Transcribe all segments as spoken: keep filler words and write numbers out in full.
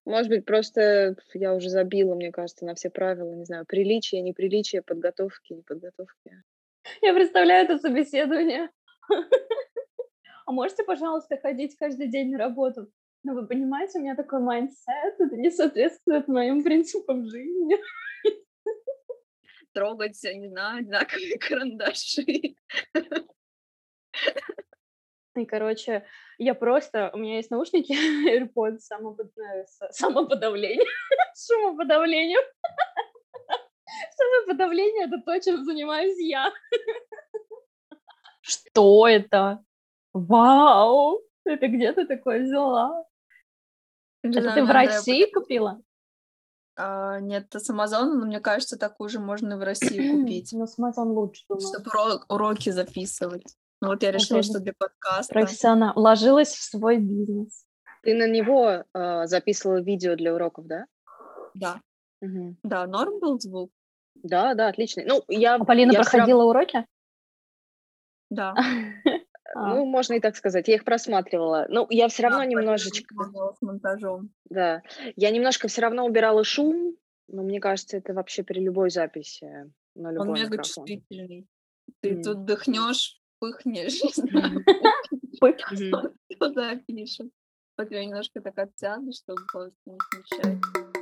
Может быть, просто я уже забила, мне кажется, на все правила, не знаю, приличия, неприличия, подготовки, неподготовки. Я представляю это собеседование. А можете, пожалуйста, ходить каждый день на работу? Ну, вы понимаете, у меня такой майндсет, это не соответствует моим принципам жизни. Трогать, я не знаю, одинаковые карандаши. И, короче, я просто у меня есть наушники AirPods самопод э, с самоподавление, с шумоподавлением. Самоподавление- это то, чем занимаюсь я. Что это? Вау! Это где ты такое взяла? Не Это знаю, ты в мне Андреа России подарил. купила? А, нет, это с "Амазона", но мне кажется, такую же можно и в России купить, Ну, с Amazon лучше, думаю. чтобы уро уроки записывать. Ну, вот я решила, Смотри, что для подкаста. профессионал. Вложилась в свой бизнес. Ты на него, а, записывала видео для уроков, да? Да. Мгм. Да, норм был звук? Да, да, отличный. Ну, я А Полина я всё рав проходила уроки? Да. А. Ну, можно и так сказать. Я их просматривала. Ну, я всё Да, равно Полина мне немножечко помогала с монтажом. Да. Я немножко всё равно убирала шум, но мне кажется, это вообще при любой записи на Он любой мега микрофон. чувствительный. Ты М. тут дыхнешь, пыхнешь, не знаю, Пых. Мгм. всё запишем. Вот я немножко так отсяду, чтобы голос не смещать.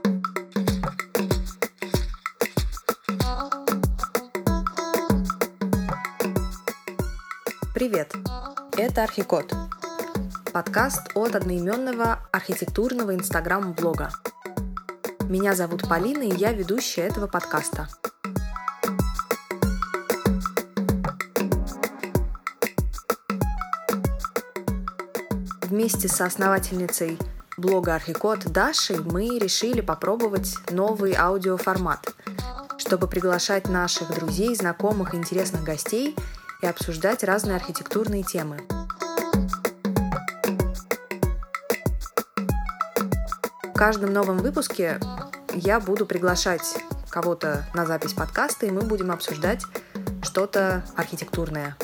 Привет! Это Архикод. Подкаст от одноимённого архитектурного инстаграм-блога. Меня зовут Полина, и я ведущая этого подкаста. Вместе с основательницей блога Архикод Дашей мы решили попробовать новый аудиоформат, чтобы приглашать наших друзей, знакомых и интересных гостей и обсуждать разные архитектурные темы. В каждом новом выпуске я буду приглашать кого-то на запись подкаста, и мы будем обсуждать что-то архитектурное.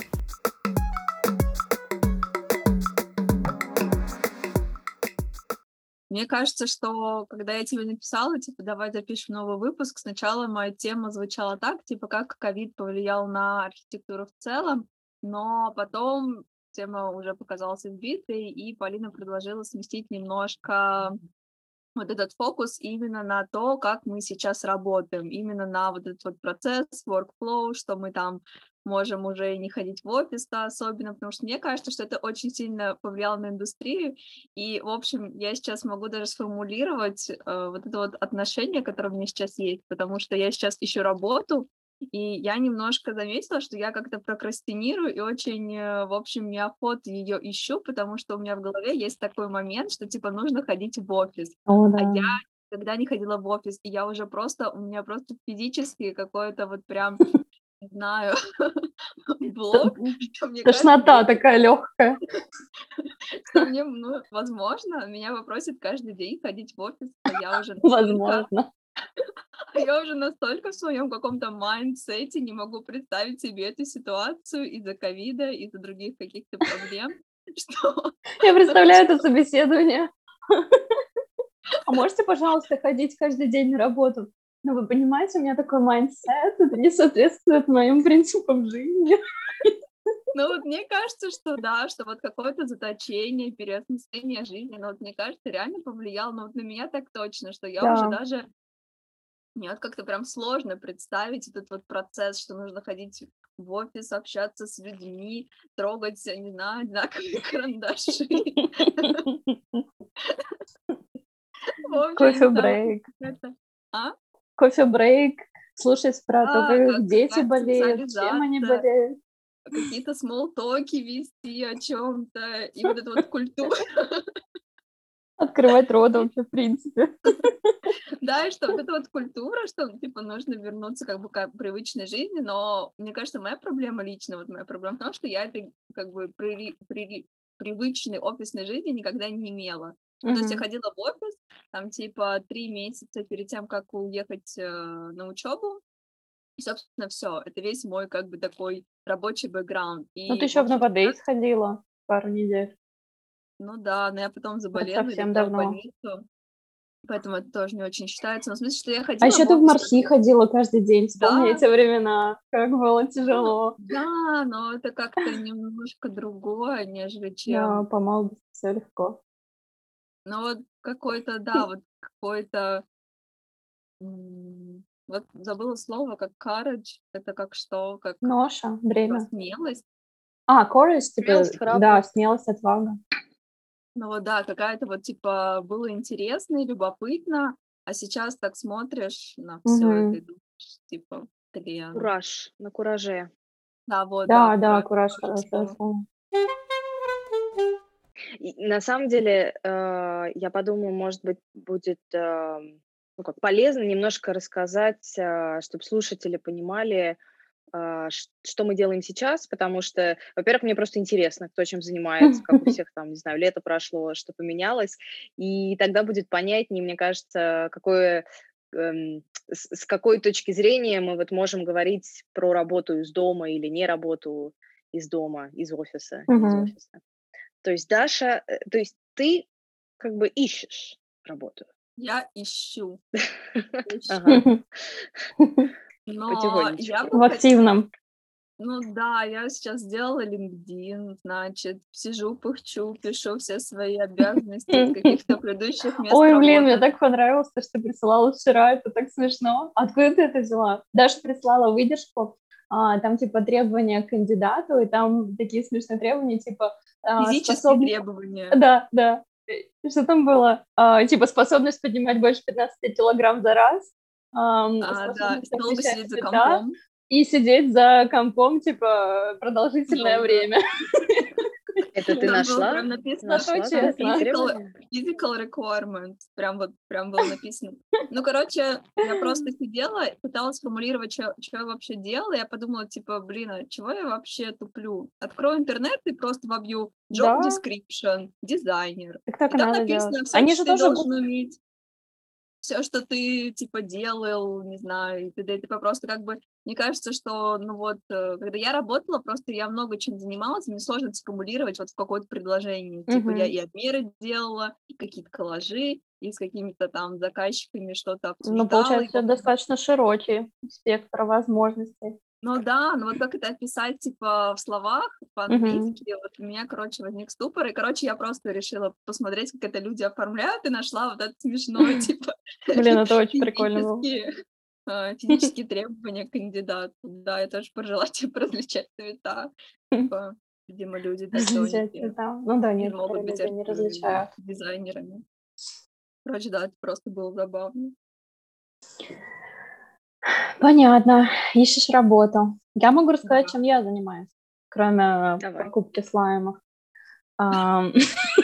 Мне кажется, что когда я тебе написала, типа, давай запишем новый выпуск, сначала моя тема звучала так, типа, как ковид повлиял на архитектуру в целом, но потом тема уже показалась избитой, и Полина предложила сместить немножко вот этот фокус именно на то, как мы сейчас работаем, именно на вот этот вот процесс, workflow, что мы там можем уже и не ходить в офис-то особенно, потому что мне кажется, что это очень сильно повлияло на индустрию. И, в общем, я сейчас могу даже сформулировать, э, вот это вот отношение, которое у меня сейчас есть, потому что я сейчас ищу работу, и я немножко заметила, что я как-то прокрастинирую и очень, э, в общем, неохотно её ищу, потому что у меня в голове есть такой момент, что, типа, нужно ходить в офис. О А я да. никогда не ходила в офис, и я уже просто у меня просто физически какое-то вот прям, не знаю, Т блок, что мне каждый тошнота день такая лёгкая. что мне, ну, возможно, меня попросят каждый день ходить в офис, а я уже настолько Возможно. а я уже настолько в своём каком-то майндсете не могу представить себе эту ситуацию из-за ковида, из-за других каких-то проблем, что Я потому представляю это что собеседование. А можете, пожалуйста, ходить каждый день на работу? Ну, вы понимаете, у меня такой майндсет, это не соответствует моим принципам жизни. Ну, вот мне кажется, что да, что вот какое-то заточение, переосмысление жизни, ну, вот мне кажется, реально повлияло, но вот на меня так точно, что я уже Да. даже мне вот как-то прям сложно представить этот вот процесс, что нужно ходить в офис, общаться с людьми, трогать, я не знаю, одинаковые карандаши. В общем, я не знаю, Кофе-брейк. какая-то А? Кофе-брейк, слушать про то, Да, как как дети какая-то болеют, чем они социализация, болеют. какие-то смоллтоки вести о чём-то, и вот эта вот культура. Открывать рот вообще, в принципе. Да, и что вот эта вот культура, что, типа, нужно вернуться как бы к привычной жизни, но мне кажется, моя проблема лично, вот моя проблема в том, что я этой как бы прири прири привычной офисной жизни никогда не имела. Ну, то есть я Мгм. ходила в офис, там, типа, три месяца перед тем, как уехать, э, на учёбу, и, собственно, всё. Это весь мой как бы такой рабочий бэкграунд. Ну, ты И, в ещё в общем, Новодей сейчас сходила пару недель. Ну да, но я потом Вот заболела и совсем легла в давно. больницу. Поэтому это тоже не очень считается. Но в смысле, что я А ходила еще в ты в офис. Марси ходила каждый день, вспомни Да, эти времена, как было ну, тяжело. да, но это как-то немножко другое, нежели Да, чем... по молодости все легко. Ну вот какой-то, да, вот какой-то... м, Вот забыла слово, как courage. Это как что? Как Ноша, типа бремя. смелость. А, courage, типа, Смелость, да, храбрость. смелость, отвага. Ну вот да, какая-то вот типа было интересно и любопытно, а сейчас так смотришь на все это Мгм. и думаешь, типа, блин. Кураж, на кураже. Да, вот, да, Да, да, кураж, кураж, хорошее хорошее слово. слово. И на самом деле, э, я подумала, может быть, будет э, ну, как полезно немножко рассказать, чтобы слушатели понимали, а, ш- что мы делаем сейчас, потому что, во-первых, мне просто интересно, кто чем занимается, как у всех там, не знаю, лето прошло, что поменялось, и тогда будет понятнее, мне кажется, какое, эм, с, с какой точки зрения мы вот можем говорить про работу из дома или не работу из дома, из офиса, не из Мгм. офиса. То есть Даша, э, то есть ты как бы ищешь работу. Я ищу, ищу. Ага, Но потихонечку. я бы В хотела, активном. ну да, я сейчас сделала LinkedIn, значит, сижу, пыхчу, пишу все свои обязанности из каких-то предыдущих мест Ой, блин, мне работы. так понравилось, то, что ты присылала вчера, это так смешно. Откуда ты это взяла? Даша прислала выдержку, а, там типа требования к кандидату, и там такие смешные требования, типа а, Физические способность... требования. Да, да. Э, Что там было? А, типа способность поднимать больше пятнадцати килограмм за раз, ам, А, да, способность долго различать сидеть за цвета компом. и сидеть за компом, типа, продолжительное Долго. время. Это ты Там было нашла? прям написано Зато Нашла там честно. physical, требования? physical requirement. Прям вот, прям было написано. Ну, короче, я просто сидела, пыталась сформулировать, что я вообще делала. Я подумала, типа, блин, а чего я вообще туплю? Открою интернет и просто вобью job Да, description, дизайнер. так так И и там надо делать. написано все, Они что же ты тоже... должен уметь. Все, что ты, типа, делал, не знаю, и т.д. и т.п. Просто как бы, мне кажется, что, ну вот, э, когда я работала, просто я много чем занималась, мне сложно это сформулировать вот в какое-то предложение. Типа, я Мгм. и обмеры делала, и какие-то коллажи, и с какими-то там заказчиками что-то Ну, обсуждала. И, в получается, общем, достаточно широкий спектр возможностей. ну да, ну вот как это описать, типа, в словах Мгм. по-английски, вот у меня, короче, возник ступор, и, короче, я просто решила посмотреть, как это люди оформляют, и нашла вот это смешное, типа, Блин, это очень прикольно было. физические, а, физические требования к кандидату. Да, я тоже пожелала, типа, различать цвета. Типа, видимо, люди Различать дальтоники цвета. Ну да, не некоторые могут быть люди не архи- различают. дизайнерами. Короче, да, это просто было забавно. Понятно. Ищешь работу. Я могу рассказать, Да. чем я занимаюсь, кроме Давай. покупки слаймов. Ам,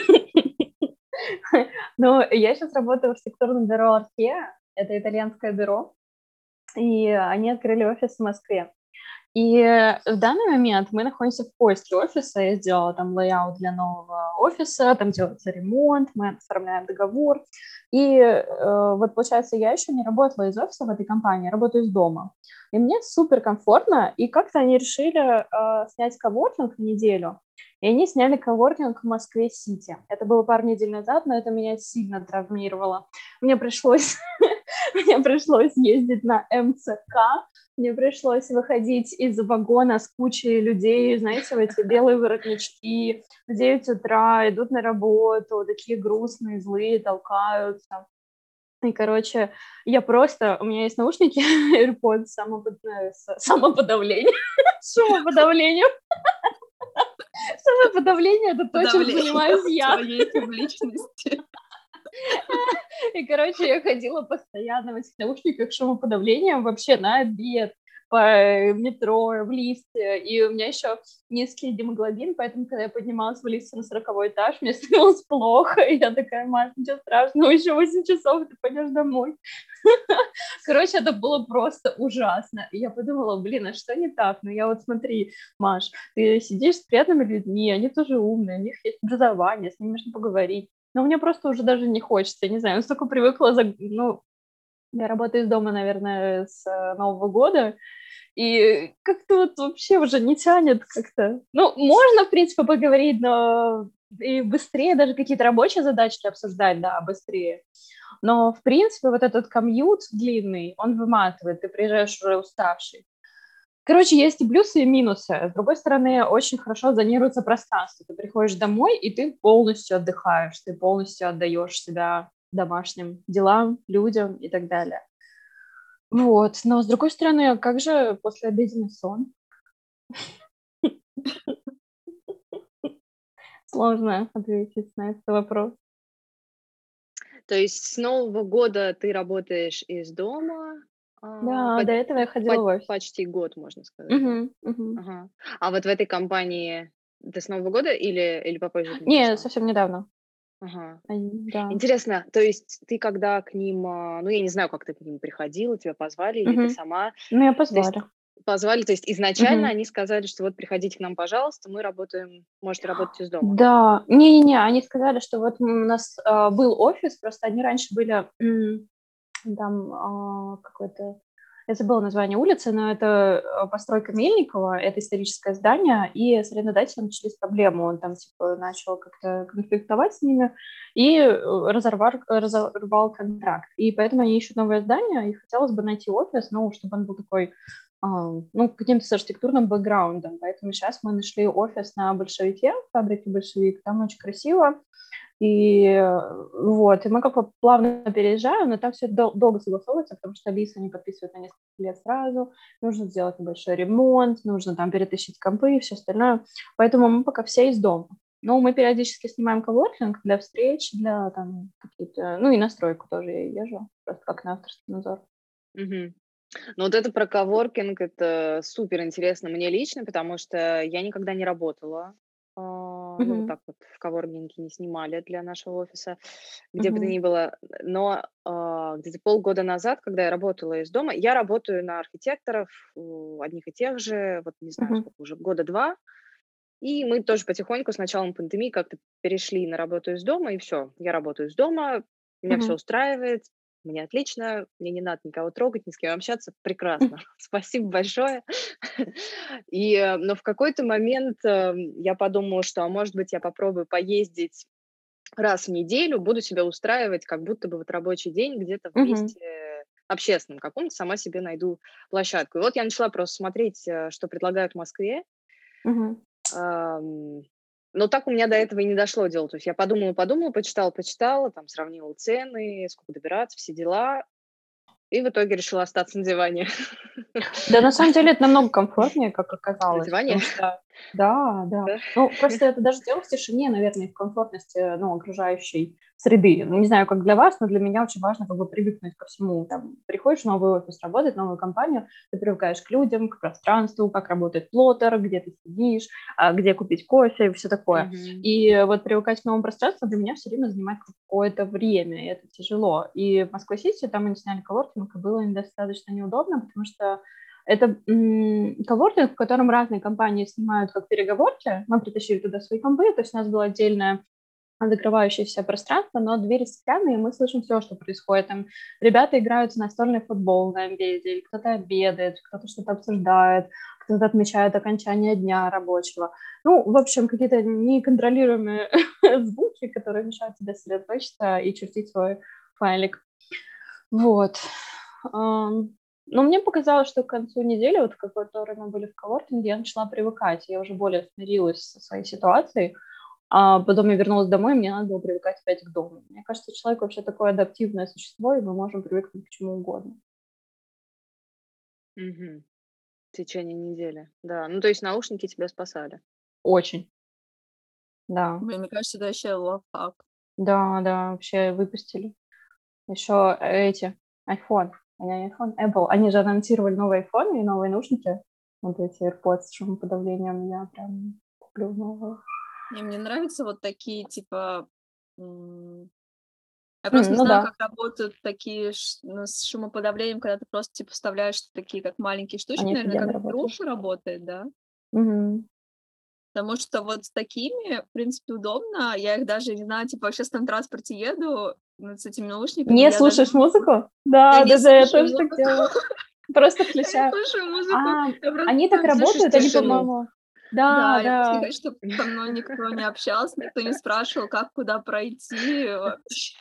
Ну, я сейчас работаю в архитектурном бюро Архея. Это итальянское бюро. И они открыли офис в Москве. И в данный момент мы находимся в поиске офиса. Я сделала там лейаут для нового офиса, там делается ремонт, мы оформляем договор. И э, вот, получается, я еще не работала из офиса в этой компании, я работаю из дома. И мне супер комфортно, и как-то они решили э, снять коворкинг на неделю. И они сняли коворкинг в Москве-Сити. Это было пару недель назад, но это меня сильно травмировало. Мне пришлось, мне пришлось ездить на эм цэ ка, мне пришлось выходить из вагона с кучей людей, знаете, в эти белые воротнички, в девять утра идут на работу, такие грустные, злые, толкаются. И, короче, я просто... У меня есть наушники AirPods самопод... э, с самоподавление. Шумоподавление. Самоподавление — это то, чем Подавление занимаюсь я. своей публичности. И, короче, я ходила постоянно в этих наушниках с шумоподавлением вообще на обед, по метро, в лифте, и у меня еще низкий гемоглобин, поэтому, когда я поднималась в лифте на сороковой этаж, мне становилось плохо, и я такая: Маш, ничего страшного, еще восемь часов, ты пойдешь домой. Короче, это было просто ужасно. И я подумала, блин, а что не так? Ну я вот смотри, Маш, ты сидишь с приятными людьми, они тоже умные, у них есть образование, с ними можно поговорить. Но мне просто уже даже не хочется, я не знаю, я настолько привыкла, за... ну, я работаю из дома, наверное, с э, Нового года, и как-то вот вообще уже не тянет как-то. Ну, можно, в принципе, поговорить, но и быстрее даже какие-то рабочие задачки обсуждать, да, быстрее. Но, в принципе, вот этот комьют длинный, он выматывает, ты приезжаешь уже уставший. Короче, есть и плюсы, и минусы. С другой стороны, очень хорошо зонируется пространство. Ты приходишь домой, и ты полностью отдыхаешь, ты полностью отдаешь себя домашним делам, людям и так далее. Вот. Но, с другой стороны, как же послеобеденный сон? Сложно ответить на этот вопрос. То есть с Нового года ты работаешь из дома, а, Да, по- до этого я ходила по- в офис. почти год, можно сказать, да? Мгм, мгм. Ага. А вот в этой компании ты с Нового года или, или попозже к ним Не, пришла? совсем недавно. Ага. Они- Да. Интересно, то есть ты когда к ним, а, ну я не знаю, как ты к ним приходила, тебя позвали или ты Мгм. сама, Ну, меня то есть позвали. позвали, то есть изначально Мгм. они сказали, что вот приходите к нам, пожалуйста, мы работаем, можете работать из дома. Да, не-не-не, они сказали, что вот м, у нас а, был офис, просто они раньше были м, там а, какой-то, я забыла название улицы, но это а, постройка Мельникова, это историческое здание, и с арендодателем начались проблемы, он там типа начал как-то конфликтовать с ними и э, разорвал, разорвал контракт, и поэтому они ищут новое здание, и хотелось бы найти офис, ну, чтобы он был такой, а, ну, каким-то с архитектурным бэкграундом, поэтому сейчас мы нашли офис на Большевике, фабрике Большевик, там очень красиво, и э, вот, и мы как бы плавно переезжаем, но там все дол- долго согласовывается, потому что лисы не подписывают на несколько лет сразу, нужно сделать небольшой ремонт, нужно там перетащить компы и все остальное, поэтому мы пока все из дома. Но мы периодически снимаем коворкинг для встреч, для там какие-то, ну и на стройку тоже я езжу, просто как на авторский надзор. Мгм. Ну вот это про коворкинг, это супер интересно мне лично, потому что я никогда не работала, а, ну вот Мгм. так вот в коворкинге не снимали для нашего офиса, где бы то Мгм. ни было, но а, где-то полгода назад, когда я работала из дома, я работаю на архитекторов, у, одних и тех же, вот не знаю, Мгм. сколько уже, года два, и мы тоже потихоньку с началом пандемии как-то перешли на работу из дома, и все, я работаю из дома, меня все Мгм. устраивает, мне отлично, мне не надо никого трогать, ни с кем общаться, Мгм. прекрасно, спасибо большое. И, э, но в какой-то момент э, я подумала, что, а может быть, я попробую поездить раз в неделю, буду себя устраивать, как будто бы вот рабочий день где-то в Мгм. месте общественном каком-то, сама себе найду площадку. И вот я начала просто смотреть, э, что предлагают в Москве, Мгм. Ам, но так у меня до этого и не дошло дело. То есть я подумала, подумала, почитала, почитала, там сравнила цены, сколько добираться, все дела. И в итоге решила остаться на диване. Да, на самом деле это намного комфортнее, как На оказалось, диване? потому что да, да. Да? Ну, просто это даже дело в тишине, наверное, и в комфортности, ну, окружающей среды. Ну, не знаю, как для вас, но для меня очень важно как бы привыкнуть ко всему. Там, приходишь в новый офис, работать в новую компанию, ты привыкаешь к людям, к пространству, как работает плоттер, где ты сидишь, а, где купить кофе и все такое. Мгм. И вот привыкать к новому пространству для меня все время занимает какое-то время, и это тяжело. И в Москве-Сити там мы сняли коворкинг, и было достаточно неудобно, потому что это м, коворкинг, в котором разные компании снимают как переговорки. Мы притащили туда свои компы, то есть у нас было отдельное закрывающееся пространство, но двери стеклянные, и мы слышим все, что происходит. Там ребята играют в настольный футбол на обеде, или кто-то обедает, кто-то что-то обсуждает, кто-то отмечает окончание дня рабочего. Ну, в общем, какие-то неконтролируемые звуки, которые мешают тебе сосредоточиться и чертить свой файлик. Вот. Ам, Но мне показалось, что к концу недели, вот в которой мы были в коворкинге, я начала привыкать. Я уже более смирилась со своей ситуацией. А потом я вернулась домой, и мне надо было привыкать опять к дому. Мне кажется, человек вообще такое адаптивное существо, и мы можем привыкнуть к чему угодно. Мгм. В течение недели. Да, ну то есть наушники тебя спасали. Очень. Да, Блин, мне кажется, это вообще лайфхак. да, да, вообще выпустили. Еще эти, iPhone, а не iPhone, Apple, они же анонсировали новый iPhone и новые наушники. Вот эти AirPods с шумоподавлением, я прям куплю новые. И мне нравятся вот такие, типа, м, я просто М, не ну знаю, да, как работают такие ш- ну, с шумоподавлением, когда ты просто типа вставляешь такие как маленькие штучки, они наверное, офигенно как работают. груша работает, да? Мгм. Потому что вот с такими, в принципе, удобно. Я их даже, не знаю, типа в общественном транспорте еду ну, с этими наушниками, Не я даже слушаешь не могу- музыку? я Да, не да, да, я слушаю тоже так музыку. делаю. Просто Я не включаю. слушаю музыку. А, Я просто они так Слышишь работают, они, тишину? по-моему, Да, Да, я просто не да. хочу, чтобы со мной никто не общался, никто не спрашивал, как куда пройти вообще.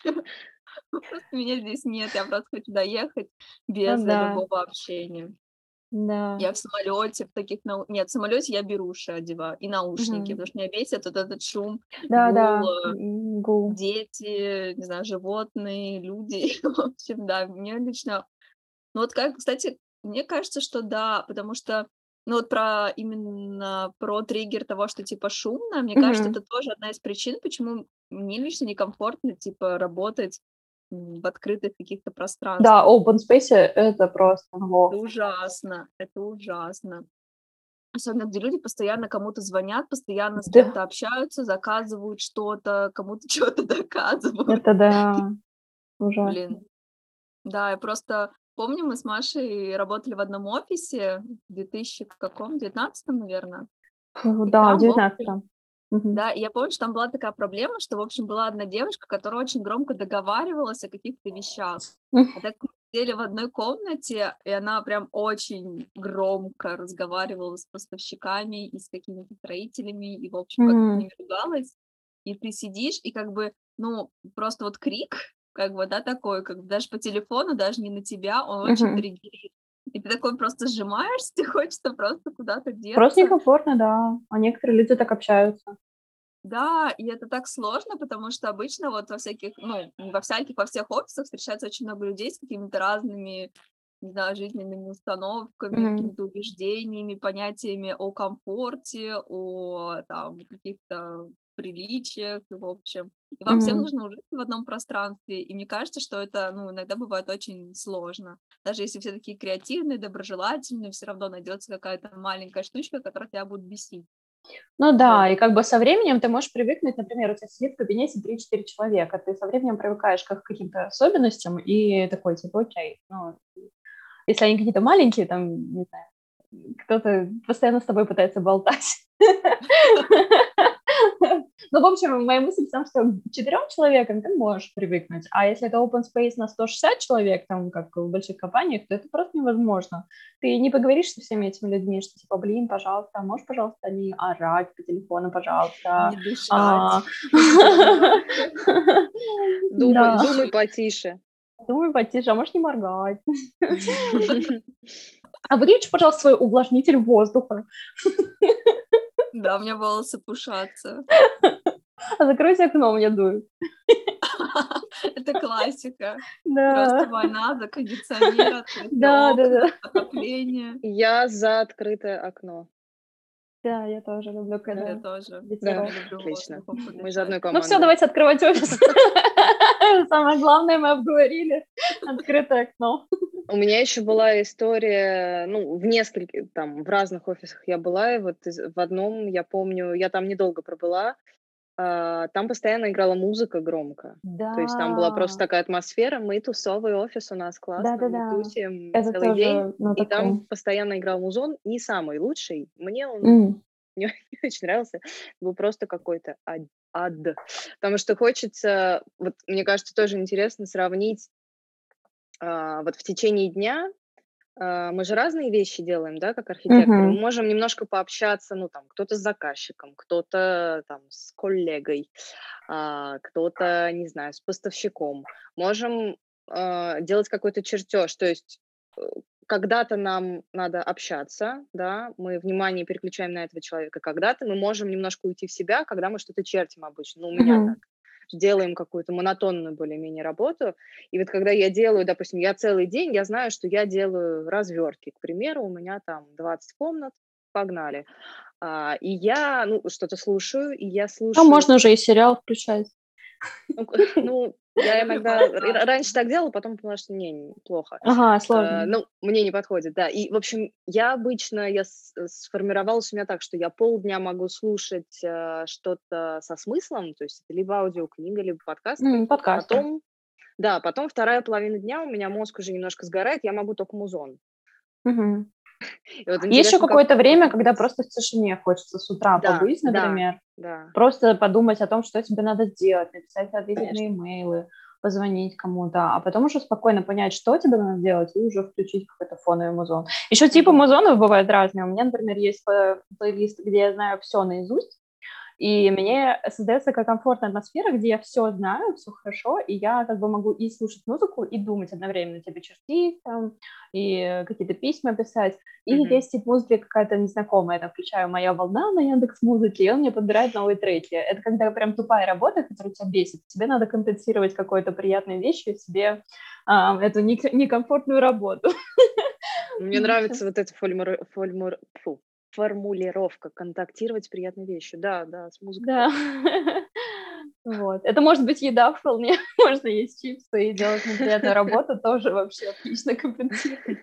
Просто меня здесь нет, я просто хочу доехать Ну без да, любого общения. да. Я в самолете, в таких нау нет, в самолете я беруши одеваю и наушники, Мгм. потому что меня бесит вот этот шум, Да, да. гул, э, м, Гул. дети, не знаю, животные, люди. В общем, да, мне лично ну вот как, кстати, мне кажется, что да, потому что, ну вот про именно про триггер того, что типа шумно, мне кажется, Мгм. это тоже одна из причин, почему мне лично некомфортно типа работать м, в открытых каких-то Да, пространствах. open space это просто Это во. ужасно, это ужасно. Особенно, где люди постоянно кому-то звонят, постоянно с Да, кем-то общаются, заказывают что-то, кому-то что-то доказывают. это да, ужасно. Блин, да, я просто помню, мы с Машей работали в одном офисе в две тысячи каком, девятнадцатом, наверное. Фу, И Да, в там, в общем, девятнадцатом. Мгм. да, и я помню, что там была такая проблема, что, в общем, была одна девушка, которая очень громко договаривалась о каких-то вещах. А так как мы сидели в одной комнате, и она прям очень громко разговаривала с поставщиками и с какими-то строителями, и, в общем, как-то с Мгм. ними ругалась. И ты сидишь, и как бы, ну, просто вот крик, как бы, да, такой, как бы даже по телефону, даже не на тебя, он очень Мгм. триггерит. И ты такой просто сжимаешься, тебе хочется просто куда-то Просто деться. некомфортно, да. А некоторые люди так общаются. Да, и это так сложно, потому что обычно вот во всяких, ну, не во всяких, во всех офисах встречается очень много людей с какими-то разными, не знаю, жизненными установками, Мгм. какими-то убеждениями, понятиями о комфорте, о там каких-то приличиях, в общем. И вам всем Мгм. нужно ужиться в одном пространстве, и мне кажется, что это, ну, иногда бывает очень сложно. Даже если все такие креативные, доброжелательные, все равно найдется какая-то маленькая штучка, которая тебя будет бесить. Ну Вот. да, и как бы со временем ты можешь привыкнуть, например, у тебя сидит в кабинете три-четыре человека, ты со временем привыкаешь к каким-то особенностям и такой, типа, окей, ну, если они какие-то маленькие, там, не знаю, кто-то постоянно с тобой пытается болтать. Ну, в общем, моя мысль в том, что к четырем человекам ты можешь привыкнуть, а если это open space на сто шестьдесят человек, там, как в больших компаниях, то это просто невозможно. Ты не поговоришь со всеми этими людьми, что типа, блин, пожалуйста, можешь, пожалуйста, не орать по телефону, пожалуйста. Не дышать. А, Думай, Да, думай потише. думай потише, а можешь не моргать. А выключи, пожалуйста, свой увлажнитель воздуха. Да, у меня волосы пушатся. А закройте окно, мне дует. Это классика. Просто Да, война за кондиционер, открытые да, да, окна, да. отопление. Я за открытое окно. Да, я тоже люблю, Я когда тоже. Да, Я ветерок. люблю отлично. воздухом Мы из подышать. одной Ну все, команды. давайте открывать офис. Самое главное мы обговорили. Открытое окно. У меня еще была история, ну, в нескольких, там, в разных офисах я была, и вот из- в одном, я помню, я там недолго пробыла, а, там постоянно играла музыка громко. То есть там была просто Да, такая атмосфера, мы тусовый офис, у нас классно, мы да-да-да. тусим Это целый день, тоже на и там таком. постоянно играл музон, не самый лучший, мне он М, не, не очень нравился, был просто какой-то ад, ад. Потому что хочется, вот мне кажется, тоже интересно сравнить а, вот в течение дня. А, мы же разные вещи делаем, да, как архитекторы. Мы мгм, можем немножко пообщаться, ну, там, кто-то с заказчиком, кто-то там с коллегой, а, кто-то, не знаю, с поставщиком. Можем а, делать какой-то чертеж, то есть э, когда-то нам надо общаться, да, мы внимание переключаем на этого человека, когда-то мы можем немножко уйти в себя, когда мы что-то чертим обычно, ну, у меня мгм. так, делаем какую-то монотонную более-менее работу, и вот когда я делаю, допустим, я целый день, я знаю, что я делаю развертки, к примеру, у меня там двадцать комнат, погнали. А, и я, ну, что-то слушаю, и я Ну, слушаю, можно уже и сериал включать. ну, к- ну, я Кофе иногда р- по-разному. раньше так делала, потом поняла, что не, не, плохо. Ага, Э, сложно. ну, мне не подходит, да. И, в общем, я обычно, я с- сформировалась у меня так, что я полдня могу слушать э, что-то со смыслом, то есть это либо аудиокнига, либо подкаст М, какой-то, Подкасты. потом да, потом вторая половина дня у меня мозг уже немножко сгорает, я могу только музон. Мгм. И вот Есть еще интересно, как какое-то у время, когда вас. просто в тишине хочется с утра Да, побыть, да, например, да, просто подумать о том, что тебе надо сделать, написать ответить на конечно. имейлы, позвонить кому-то, а потом уже спокойно понять, что тебе надо делать, и уже включить какой-то фоновый музон. Еще типы музонов бывают разные. У меня, например, есть пле- плейлист, где я знаю все наизусть, и мне создается такая комфортная атмосфера, где я все знаю, все хорошо, и я как бы могу и слушать музыку, и думать одновременно, типа чертить там, и какие-то письма писать. И Мгм. есть тип музыки какая-то незнакомая, я там включаю «Моя волна» на Яндекс.Музыке, и он мне подбирает новые треки. Это когда прям тупая работа, которая тебя бесит. Тебе надо компенсировать какой-то приятной вещью себе а, эту нек- некомфортную работу. Мне В нравится общем, вот эта фольмур- фольмур- фу, формулировка «контактировать с приятной вещью». Да, да, с музыкой да. тоже. Вот. Это может быть еда вполне. Можно есть чипсы и делать неприятную работу, тоже вообще отлично компенсирует.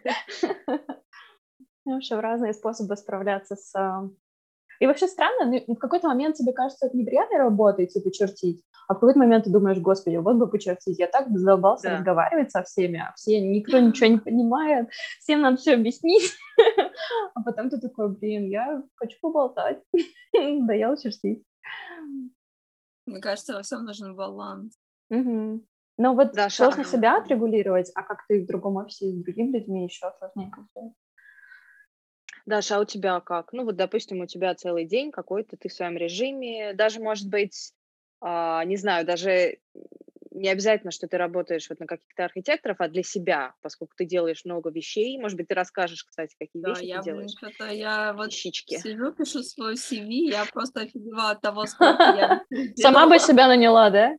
В общем, разные способы справляться с... а, И вообще странно, ну, в какой-то момент тебе кажется это неприятной работой, типа чертить, а в какой-то момент ты думаешь, господи, вот бы почертить, я так задолбался Да. разговаривать со всеми, а все, никто ничего не понимает, всем надо все объяснить, а потом ты такой, блин, я хочу поболтать, надоело чертить. Мне кажется, во всем нужен баланс. Мгм. Но вот Даша, сложно а себя отрегулировать, а как ты в другом офисе с другими людьми еще сложнее как-то. Даша, а у тебя как? Ну вот, допустим, у тебя целый день какой-то, ты в своем режиме, даже, может быть, а, не знаю, даже не обязательно, что ты работаешь вот на каких-то архитекторов, а для себя, поскольку ты делаешь много вещей. Может быть, ты расскажешь, кстати, какие Да, вещи ты я, блин, делаешь, что-то я вот вещички. сижу, пишу свой си ви, я просто офигеваю от того, сколько я вещей Сама бы сделала. себя наняла, да?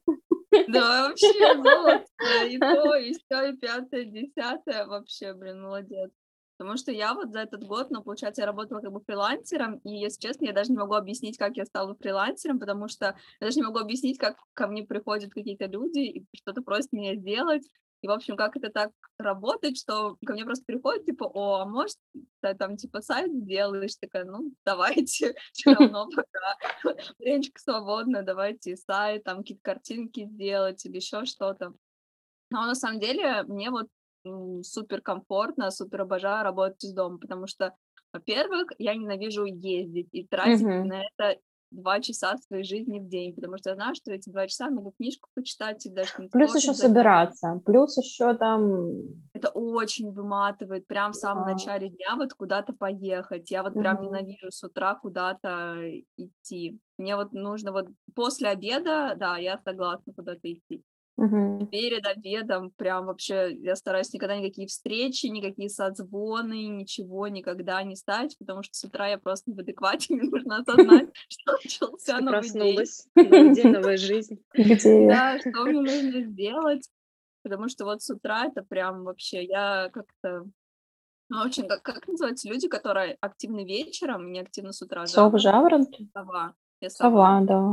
Да, вообще золото, и то, и все, и пятое, и десятое, вообще, блин, молодец. Потому что я вот за этот год, ну, получается, я работала как бы фрилансером, и, если честно, я даже не могу объяснить, как я стала фрилансером, потому что я даже не могу объяснить, как ко мне приходят какие-то люди и что-то просят меня сделать. И, в общем, как это так работает, что ко мне просто приходят, типа, о, а может, ты там, типа, сайт сделаешь? Такая, ну, давайте, все равно пока времечко свободно, давайте сайт, там, какие-то картинки сделать или еще что-то. Но на самом деле мне вот м, супер комфортно, супер обожаю работать из дома, потому что, во-первых, я ненавижу ездить и тратить Мгм. на это два часа своей жизни в день, потому что я знаю, что эти два часа я могу книжку почитать или даже каким-то Плюс еще спортом заняться. собираться, плюс еще там... Это очень выматывает прям в самом да, начале дня вот куда-то поехать. Я вот прям мгм, ненавижу с утра куда-то идти. Мне вот нужно вот после обеда, да, я согласна куда-то идти. мгм. Перед обедом прям вообще я стараюсь никогда никакие встречи, никакие созвоны, ничего никогда не ставить, потому что с утра я просто не в адеквате, мне нужно осознать, что начался Ты новый день. проснулась, новый день, новая жизнь. Где я? Да, что мне нужно сделать, потому что вот с утра это прям вообще, я как-то, ну, в общем, как, как называются люди, которые активны вечером, не активны с утра, Совы, жаворонки, жаворонки? сова, я Сова, сова. да.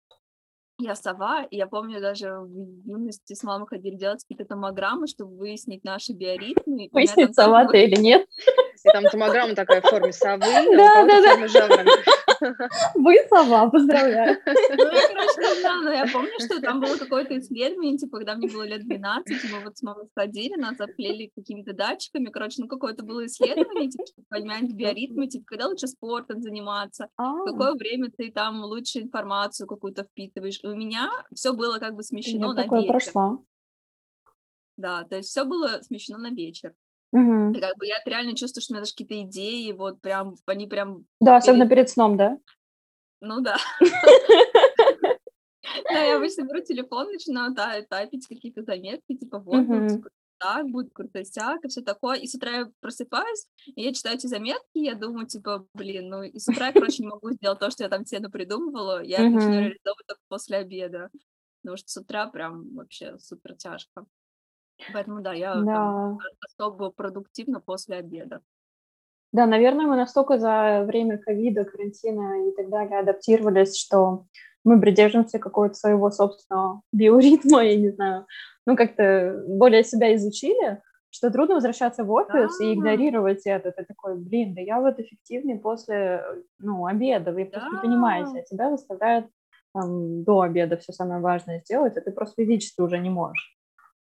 Я сова, и я помню, даже в юности с мамой ходили делать какие-то томограммы, чтобы выяснить наши биоритмы. У меня там Выяснить, тоже сова было... ты или нет. И там томограмма такая в форме совы, а у Да, кого-то да, в да. форме жаворонка. Вы сова, поздравляю. Ну, я, короче, не знаю, но я помню, что там было какое-то исследование, типа, когда мне было лет двенадцать, мы вот с мамой сходили, нас заплели какими-то датчиками, короче, ну, какое-то было исследование, типа, чтобы понимать биоритмы, типа, когда лучше спортом заниматься, А, в какое время ты там лучше информацию какую-то впитываешь. И у меня все было как бы я смещено б на такое вечер. прошла. Да, то есть все было смещено на вечер. Мгм. И как бы я реально чувствую, что у меня даже какие-то идеи, вот прям, они прям Да, особенно перед... перед сном, да? Ну да. Да, я обычно беру телефон, начинаю та- тайпить какие-то заметки, типа вот, будет Мгм. круто так, будет круто сяк, и все такое. И с утра я просыпаюсь, и я читаю эти заметки, и я думаю, типа, блин, ну и с утра я, короче, не могу сделать то, что я там себе напридумывала, я это начинаю Мгм. реализовывать только после обеда, потому что с утра прям вообще супер тяжко. Поэтому да, я там Да. особо продуктивна после обеда. Да, наверное, мы настолько за время ковида, карантина и так далее адаптировались, что мы придерживаемся какого-то своего собственного биоритма, я не знаю, ну, как-то более себя изучили, что трудно возвращаться в Да, офис и игнорировать это. Ты такой, блин, да я вот эффективнее после, ну, обеда, вы да. просто не понимаете, а тебя заставляют там, до обеда все самое важное сделать, а ты просто физически уже не можешь.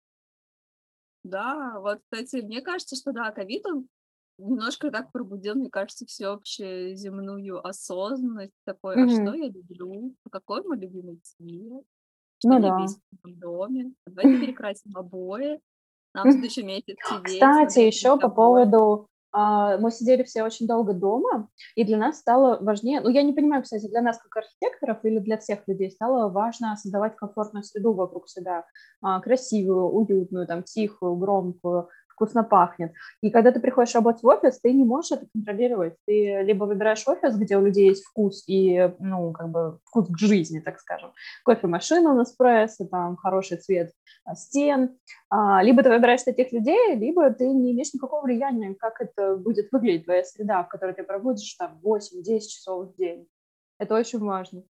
Да, вот, кстати, мне кажется, что да, ковид, он немножко так пробудил, мне кажется, всеобщую земную осознанность, такой, а что Мгм. я люблю, а какой мой любимый цвет, что Ну не да. бесит в этом доме. Давайте перекрасим обои. Нам в следующем месяце тереть, Кстати, смотреть еще над по собой. поводу, а, мы сидели все очень долго дома, и для нас стало важнее, ну, я не понимаю, кстати, для нас как архитекторов или для всех людей стало важно создавать комфортную среду вокруг себя, а, красивую, уютную, там, тихую, громкую, вкусно пахнет. И когда ты приходишь работать в офис, ты не можешь это контролировать. Ты либо выбираешь офис, где у людей есть вкус и, ну, как бы вкус к жизни, так скажем. Кофемашина, Неспрессо, там, хороший цвет а, стен, а, либо ты выбираешь таких людей, либо ты не имеешь никакого влияния, как это будет выглядеть твоя среда, в которой ты проводишь там восемь-десять часов в день. Это очень важно.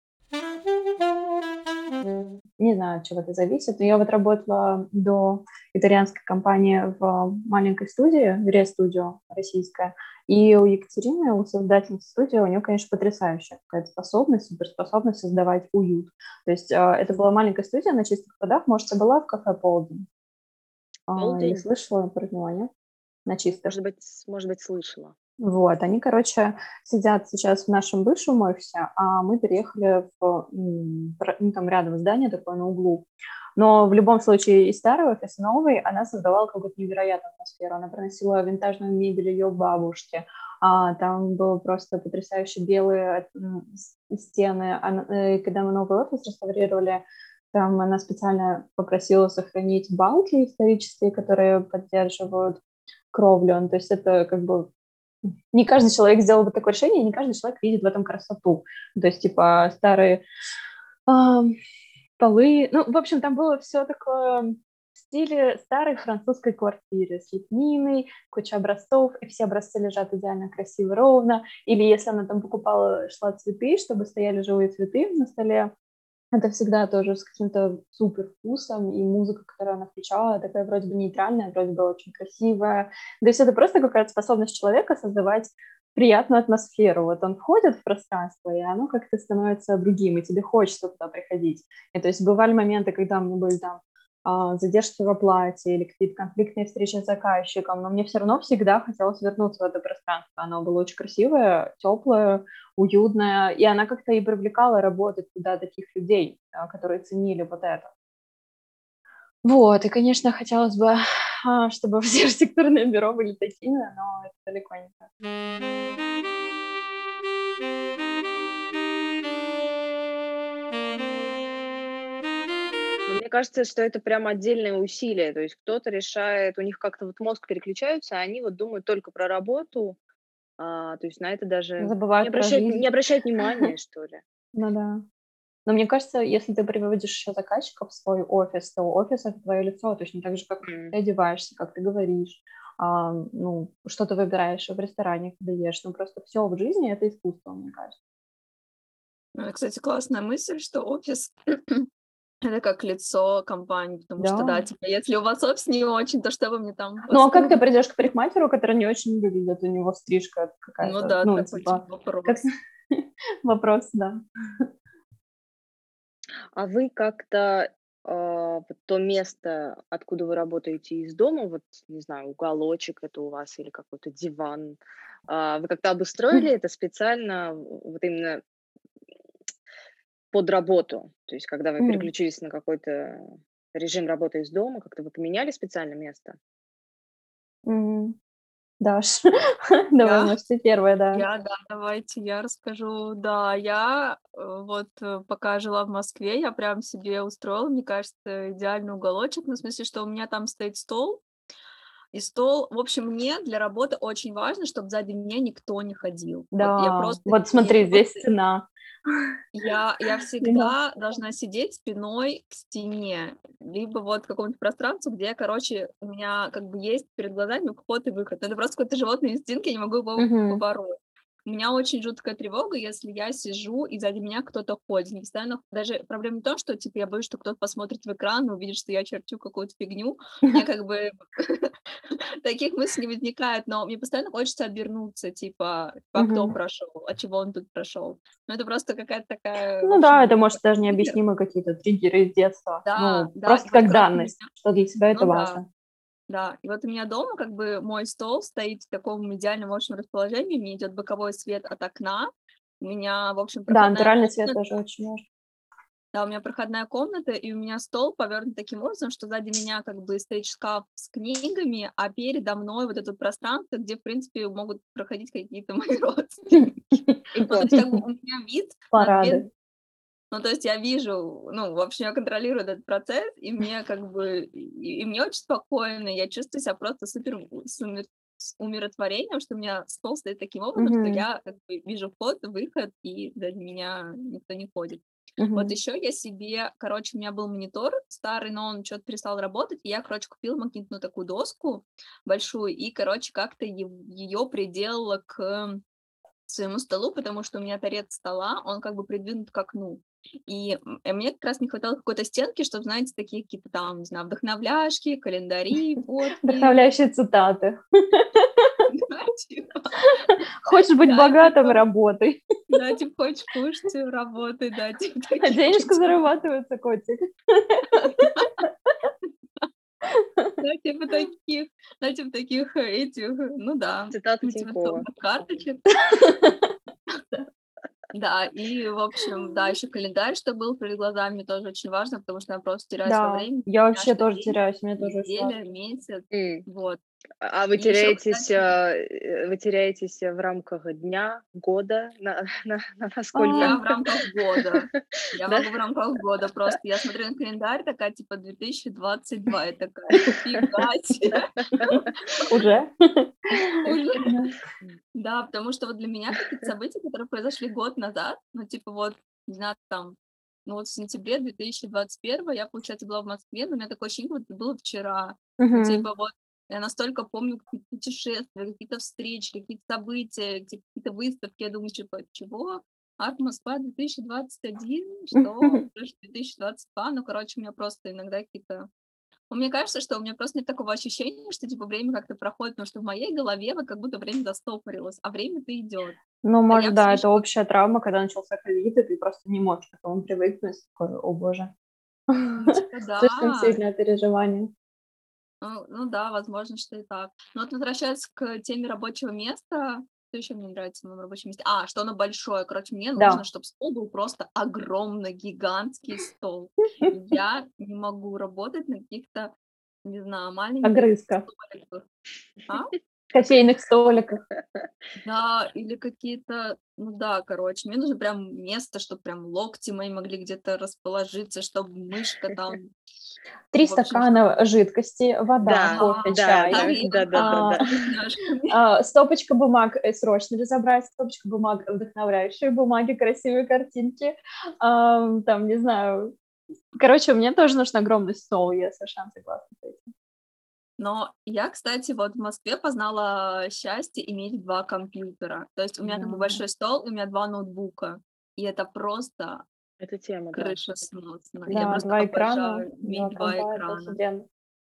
Не знаю, от чего это зависит, но я вот работала до итальянской компании в маленькой студии, Вире Студио российская, и у Екатерины, у создательницы студии, у нее, конечно, потрясающая какая-то способность, суперспособность создавать уют. То есть а, это была маленькая студия на чистых прудах, может, ты была в кафе «Полдень»? А, или Полдень? слышала про него, нет? На чистых. Может быть, с- может быть, слышала. Вот, они, короче, сидят сейчас в нашем бывшем офисе, а мы переехали в, м, про- ну, там рядом здание такое на углу. Но в любом случае и старый офис, и новый, она создавала какую-то невероятную атмосферу. Она приносила винтажную мебель ее бабушки. А, там было просто потрясающе белые м, с- стены. Она- э, и когда мы новый офис реставрировали, там она специально попросила сохранить балки исторические, которые поддерживают кровлю. Ну, то есть это как бы не каждый человек сделал бы такое решение, и не каждый человек видит в этом красоту. То есть, типа, старые ам, полы. Ну, в общем, там было все такое в стиле старой французской квартиры с лепниной, куча образцов, и все образцы лежат идеально красиво, ровно. Или если она там покупала, шла цветы, чтобы стояли живые цветы на столе, это всегда тоже с каким-то супер вкусом, и музыка, которую она включала, такая вроде бы нейтральная, вроде бы очень красивая. То есть это просто какая-то способность человека создавать приятную атмосферу. Вот он входит в пространство, и оно как-то становится другим, и тебе хочется туда приходить. И то есть бывали моменты, когда у меня были там а, задержки в оплате или какие-то конфликтные встречи с заказчиком, но мне все равно всегда хотелось вернуться в это пространство. Оно было очень красивое, теплое, уютная, и она как-то и привлекала работать туда таких людей, а, которые ценили вот это. Вот, и, конечно, хотелось бы, а, чтобы все архитектурные бюро были такими, но это далеко не так. Но мне кажется, что это прям отдельное усилие. То есть кто-то решает, у них как-то вот мозг переключается, а они вот думают только про работу, а, то есть на это даже не Забывают про обращают, жизнь. не обращают внимания, что ли. Ну да. Но мне кажется, если ты приводишь еще заказчиков в свой офис, то офис — это твое лицо, точно так же, как М. ты одеваешься, как ты говоришь, а, ну, что ты выбираешь в ресторане, когда ешь. Ну, просто все в жизни — это искусство, мне кажется. Ну, кстати, классная мысль, что офис это как лицо компании, потому что, да, Да. типа, если у вас офис не очень, то что вы мне там Ну, а как ты построите? придешь к парикмахеру, который не очень выглядит, у него стрижка Ну какая-то, да, ну, такой типа типа, как вопрос. вопрос, да. А вы как-то а, вот то место, откуда вы работаете из дома, вот, не знаю, уголочек это у вас или какой-то диван, а, вы как-то обустроили это специально в- вот именно под работу? То есть когда вы М, переключились на какой-то режим работы из дома, как-то вы поменяли специально место? м. Даш, давай, Я, может, ты первая, да. я, да, давайте я расскажу. Да, я э, вот э, пока жила в Москве, я прям себе устроила, мне кажется, идеальный уголочек, ну, в смысле, что у меня там стоит стол, и стол, в общем, мне для работы очень важно, чтобы сзади меня никто не ходил. Вот я Да, просто вот не смотри, здесь просто стена. Я я Да. всегда должна сидеть спиной к стене, либо вот в каком-то пространстве, где, короче, у меня как бы есть перед глазами вход и выход. Это просто какой-то животный инстинкт, я не могу его Мгм. побороть. У меня очень жуткая тревога, если я сижу, и сзади меня кто-то ходит. Не постоянно даже проблема не в том, что, типа, я боюсь, что кто-то посмотрит в экран и увидит, что я черчу какую-то фигню. У меня как бы таких мыслей не возникает, но мне постоянно хочется обернуться, типа, а кто Мгм. прошел, а чего он тут прошел. Ну, это просто какая-то такая, в Ну да, общем, это, может, даже триггер. необъяснимые какие-то триггеры из детства. Да, Ну, да, и просто вот, как короче, у меня данность, что для тебя это ну да, важно. да. И вот у меня дома как бы мой стол стоит в таком идеальном, в общем, расположении. У меня идет боковой свет от окна. У меня, в общем, Да, проходная натуральный цвет комната. тоже очень важен. Да, у меня проходная комната, и у меня стол повернут таким образом, что сзади меня как бы стоит шкаф с книгами, а передо мной вот это пространство, где, в принципе, могут проходить какие-то мои родственники. Ну, то есть как бы у меня вид на две... Парады. Ну, то есть я вижу, ну, в общем, я контролирую этот процесс, и мне как бы... И, и мне очень спокойно, я чувствую себя просто супер с умир- с умиротворением, что у меня стол стоит таким образом, что Мгм. я как бы вижу вход, выход, и до меня никто не ходит. Вот Мгм. еще я себе, короче, у меня был монитор старый, но он что-то перестал работать, и я, короче, купила магнитную такую доску большую, и, короче, как-то ее приделала к своему столу, потому что у меня торец стола, он как бы придвинут к окну. И м, э, мне как раз не хватало какой-то стенки, чтобы, знаете, такие какие-то там, не знаю, вдохновляшки, календари, фотки. Вдохновляющие цитаты. Да, типа, Хочешь быть да, богатым, типа, работай. да, типа, хочешь кушать, работай, да, типа, А таких денежка вот. зарабатывается, котик. Да, типа таких, да, типа таких э, этих, э, ну да, Цитата Тинькова. мотивационных карточек. Да, и, в общем, да, еще календарь, что был перед глазами, тоже очень важно, потому что я просто теряюсь во Да, времени, я у меня вообще что тоже день, теряюсь, мне тоже очень неделя, важно. месяц, М. вот. А а вы И еще, теряетесь, кстати, а, э, вы теряетесь в рамках дня, года, на на на на сколько? я А, в рамках года, я Да? могу в рамках года просто, я смотрю на календарь, такая, типа, две тысячи двадцать два, я такая, фига себе, Уже? уже. Да. Да, потому что вот для меня какие-то события, которые произошли год назад, ну, типа вот, не знаю, там, ну вот в сентябре две тысячи двадцать первого я, получается, была в Москве, но у меня такое ощущение, как будто это было вчера. Ну, Мгм. типа вот, я настолько помню какие-то путешествия, какие-то встречи, какие-то события, типа, какие-то выставки, я думаю, типа, чего? Арт Москва две тысячи двадцать один, что? Уже ж две тысячи двадцать два, ну, короче, у меня просто иногда какие-то... Ну, мне кажется, что у меня просто нет такого ощущения, что, типа, время как-то проходит, потому что в моей голове вот как будто время застопорилось, а время-то идет. Ну, А может, я все да, еще это вот, общая травма, когда начался ковид, и ты просто не можешь к этому привыкнуть. Такой, о боже. ну, типа, Слишком да, сильное переживание. ну, ну да, возможно, что и так. Но вот возвращаясь к теме рабочего места, что еще мне нравится в моем рабочем месте? А, что оно большое. Короче, мне нужно, Да. чтобы стол был просто огромный, гигантский стол. И я не могу работать на каких-то, не знаю, маленьких Огрызка. столиках. А? Кофейных столиках. Да, или какие-то, ну да, короче, мне нужно прям место, чтобы прям локти мои могли где-то расположиться, чтобы мышка там, Три в общем, стакана жидкости, вода, Да, кофе, да, чай. да, тарелка А, да-да-да-да. с вкусняшками. а, стопочка бумаг э, срочно разобрать, стопочка бумаг, вдохновляющие бумаги, красивые картинки. Ам, там, не знаю. Короче, мне тоже нужен огромный стол, я совершенно согласна с этим. Но я, кстати, вот в Москве познала счастье иметь два компьютера. То есть у меня как бы Да, большой стол, у меня два ноутбука. И это просто Это тема, да. крыша сносно. Я да, просто два экрана, обожаю два иметь два компа, это экрана. офигенно.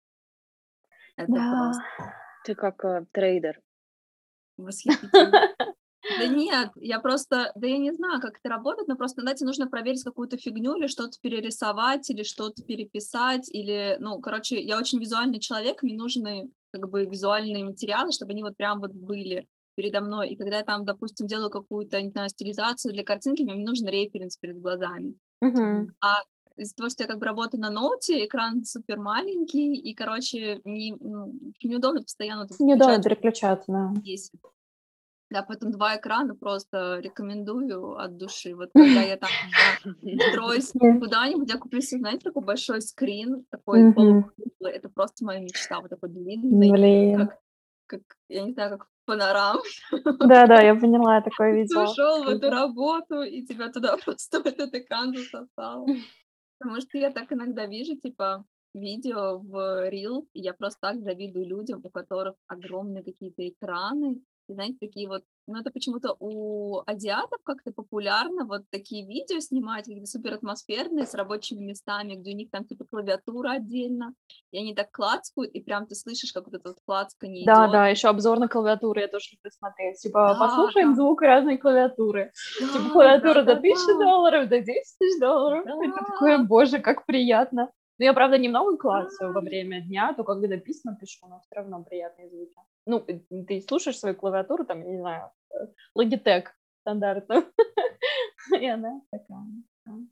Это Да. просто Ты как, э, трейдер. восхитительно. Да нет, я просто, да я не знаю, как это работает, но просто иногда тебе нужно проверить какую-то фигню или что-то перерисовать, или что-то переписать, или, ну, короче, я очень визуальный человек, мне нужны как бы визуальные материалы, чтобы они вот прям вот были передо мной. И когда я там, допустим, делаю какую-то, не знаю, стилизацию для картинки, мне нужен референс перед глазами. Мгм. А из-за того, что я как бы работаю на ноуте, экран супер маленький, и, короче, не, ну, неудобно постоянно тут Неудобно включать переключаться, да. десять. Да, поэтому два экрана просто рекомендую от души. Вот когда я там, не знаю, устроюсь Нет. куда-нибудь, я куплю себе, знаете, такой большой скрин, такой Мгм. полукруглый. Это просто моя мечта, вот такой длинный, Блин. как, как я не знаю, как панорам. Да-да, я поняла, я такое Ты видела. ушел в эту Круто. работу, и тебя туда просто в этот экран засосало. Потому что я так иногда вижу, типа, видео в Reel, и я просто так завидую людям, у которых огромные какие-то экраны. И, знаете, такие вот, ну, это почему-то у азиатов как-то популярно вот такие видео снимать, какие-то супер атмосферные, с рабочими местами, где у них там, типа, клавиатура отдельно, и они так клацкают, и прям ты слышишь, как вот это вот клацканье идет. Да-да, еще обзор на клавиатуру я тоже люблю смотреть. Типа, Да, послушаем там, звук разной клавиатуры. Типа, да, да, клавиатура за да, тысячу да, долларов, за десять тысяч долларов. Это такое, да, боже, как приятно. Но я, правда, немного клацаю во да. время дня, только когда письма пишу, но все равно приятные звуки. Ну, э, ты слушаешь свою клавиатуру, там, я не знаю, э, Logitech стандартную, и она такая. да.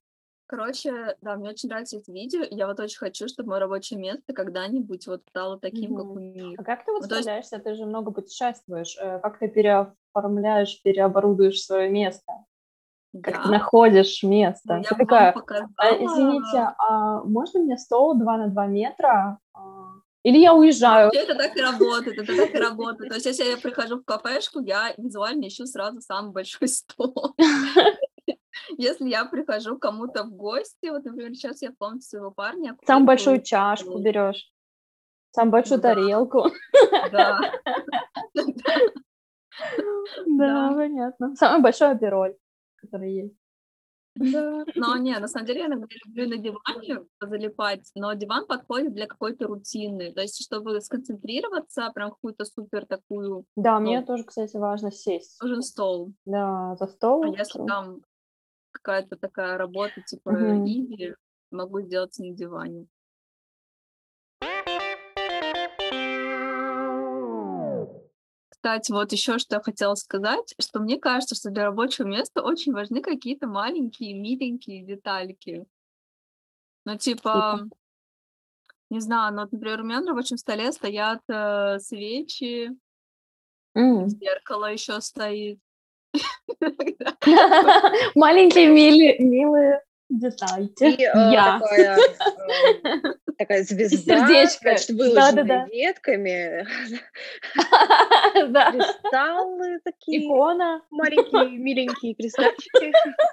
Короче, да, мне очень нравятся эти видео. и Я вот очень хочу, чтобы мое рабочее место когда-нибудь вот стало таким, как у Мгм. них. А как ты вот Ну, то есть, справляешься? Ты же много путешествуешь. Э, Как ты переоформляешь, переоборудуешь свое место? Как ты я, находишь ну, место? я Ты бы вам такая, «А, извините, показала. а можно мне стол два на два метра? А, Или я уезжаю?» Вообще это так и работает, это так и работает. То есть, если я прихожу в кафешку, я визуально ищу сразу самый большой стол. Если я прихожу к кому-то в гости, вот, например, сейчас я в комнате своего парня, я Самую купила большую целую чашку стол. берешь, самую большую Ну да, тарелку. да, Да, да, понятно. Самый большой апероль, который есть. да. Но не, на самом деле я иногда люблю на диване залипать, но диван подходит для какой-то рутины. То есть, чтобы сконцентрироваться, прям какую-то супер такую, Да, мне ну, тоже, кстати, важно сесть. нужен стол. Да, за А стол. если там какая-то такая работа типа Мгм. изи, могу сделать на диване. Кстати, вот еще что я хотела сказать, что мне кажется, что для рабочего места очень важны какие-то маленькие, миленькие детальки. Ну, Типа. типа, не знаю, ну, вот, например, у меня на рабочем столе стоят э, свечи, М. зеркало еще стоит. Иногда Маленькие мили- милые детальки. И э, Я. такая, эм, такая И звезда, сердечко. значит, выложенная Да-да-да. ветками, Да. кристаллы такие, Икона. маленькие миленькие кристальчики.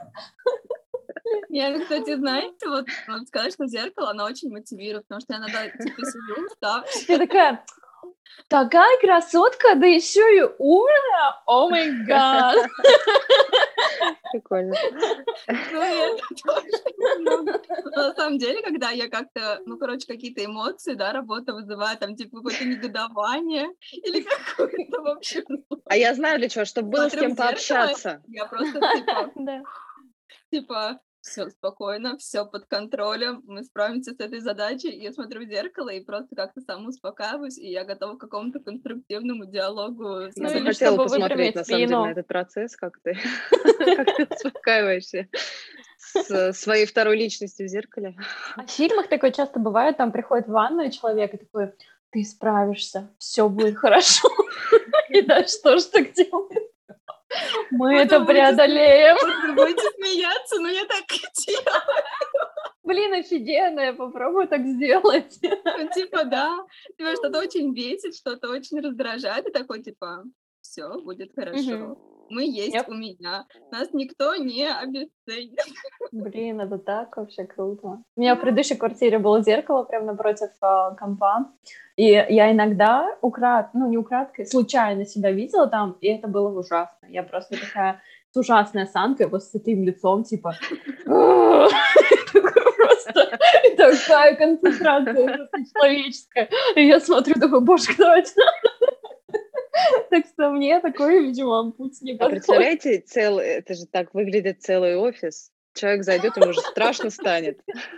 Я, кстати, знаете, вот надо сказать, что зеркало, оно очень мотивирует, потому что я иногда, типа, сижу Ты уставшая, такая, такая красотка, да еще и умная. О май гад. Прикольно. ну, и это тоже немного. Но на самом деле, когда я как-то, ну, короче, какие-то эмоции, да, работа вызывает, там, типа, какое-то негодование или какое-то, в общем, ну, А я знаю для чего, чтобы было с смотрю кем в зеркало, пообщаться. я просто, типа, Да. типа, все спокойно, все под контролем, мы справимся с этой задачей. И я смотрю в зеркало и просто как-то сама успокаиваюсь, и я готова к какому-то конструктивному диалогу с Я Ну бы или этим. хотела чтобы посмотреть, выпрямить на самом деле, на спину. этот процесс, как ты, как ты успокаиваешься с своей второй личностью в зеркале. А в фильмах такое часто бывает, там приходит в ванную человек и такой, ты справишься, все будет хорошо. И дальше тоже так делает. Мы Вот это вы будете, сме- преодолеем. вот вы будете смеяться, но я так и делаю. Блин, офигенно, я попробую так сделать. Ну, типа, да, тебя что-то очень бесит, что-то очень раздражает, и такой, типа, все будет Мгм. хорошо. Мы есть Yep. у меня. Нас никто не обесценит. Блин, это так вообще круто. У меня в предыдущей квартире было зеркало прямо напротив а, компа, и я иногда украд, ну не украдкой, случайно себя видела там, и это было ужасно. Я просто такая с ужасной осанкой, вот с таким лицом, типа... Такой просто такая концентрация просто человеческая. И я смотрю, такой, боже, кто это? Так что мне такой, видимо, путь не А подходит. представляете, целый, это же так выглядит целый офис. Человек зайдет, ему уже страшно станет.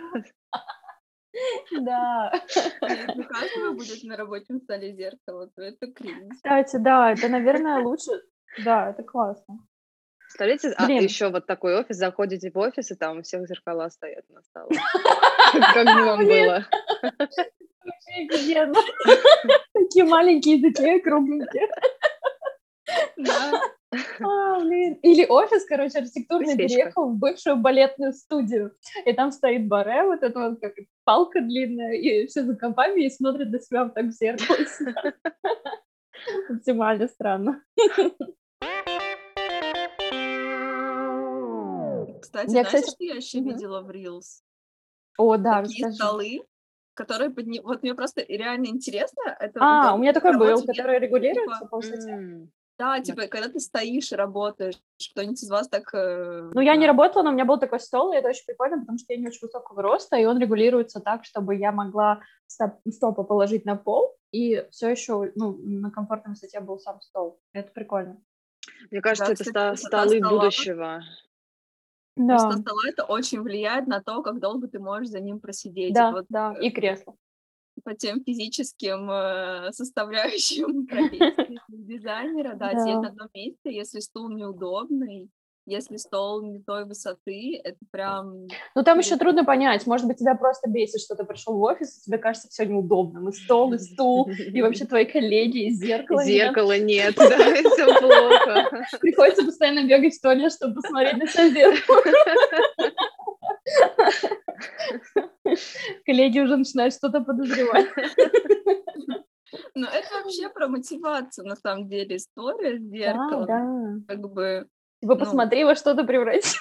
Да. Если у каждого будет на рабочем столе зеркало, то это кринж. Кстати, да, это, наверное, лучше. Да, это классно. Представляете, а Блин, еще вот такой офис, заходите в офис, и там у всех зеркала стоят на столах. Как бы вам блин, было? вообще офигенно. Такие маленькие, такие кругленькие. Да. А, блин. Или офис, короче, И архитектурный свечка. переехал в бывшую балетную студию. И там стоит баре, вот эта вот как палка длинная, и все за компами и смотрят на себя вот так в зеркало. Максимально странно. Кстати, Я, знаете, кстати... что я еще Мгм. видела в Reels? О, да, Такие расскажи. столы, которые подни... Вот мне просто реально интересно, это А, у удобно меня в такой был, работе, который нет, регулируется типа, по высоте. М, да, да. типа, когда ты стоишь и работаешь, кто-нибудь из вас так, э, Ну, не я не знаю, работала, но у меня был такой стол, и это очень прикольно, потому что я не очень высокого роста, и он регулируется так, чтобы я могла стоп- стопы положить на пол, и все еще, ну, на комфортной высоте был сам стол. Это прикольно. Мне да, кажется, это кстати, ста- высота столы стола, будущего. высота Да, стола, это очень влияет на то, как долго ты можешь за ним просидеть. да, Вот да, э, и кресло. по тем физическим э, составляющим профессии дизайнера, да, сидеть Да. на одном месте, если стул неудобный, если стол не той высоты, это прям... Ну, там еще трудно понять. Может быть, тебя просто бесит, что ты пришел в офис, и тебе кажется все неудобным. И стол, и стул, и вообще твои коллеги, и зеркало нет. Зеркала нет, да, все плохо. Приходится постоянно бегать в туалет, чтобы посмотреть на себя в зеркало. Коллеги уже начинают что-то подозревать. Ну, это вообще про мотивацию, на самом деле, история с Да, зеркалом. да. Как бы, Типа, ну, посмотри, во что ты превратилась.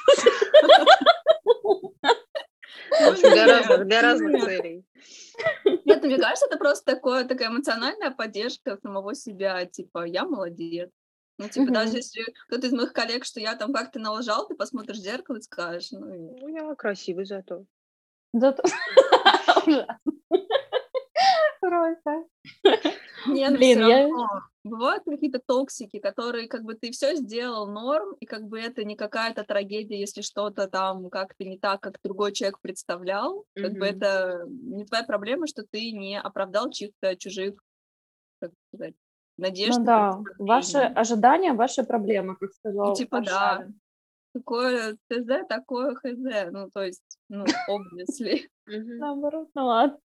ну Для разных, нет, для разных нет. целей. Нет, мне кажется, это просто такое, такая эмоциональная поддержка самого себя, типа, я молодец. Ну, типа, даже Мгм. если кто-то из моих коллег, что я там как-то налажал, ты посмотришь в зеркало и скажешь, ну, и- Ну, я красивый зато. Зато... Ужасно. Просто. не, ну Блин, все я... равно. Бывают какие-то токсики, которые как бы ты все сделал норм, и как бы это не какая-то трагедия, если что-то там как-то не так, как другой человек представлял. Как бы Мгм. это не твоя проблема, что ты не оправдал чьих-то чужих, как сказать, Ну надежд и да, ваши представлений. ожидания, ваша проблема, как Ну, сказал типа, да, Аршавин. такое ТЗ, такое ХЗ. Ну, то есть, ну, obviously. Мгм. Наоборот, ну ладно.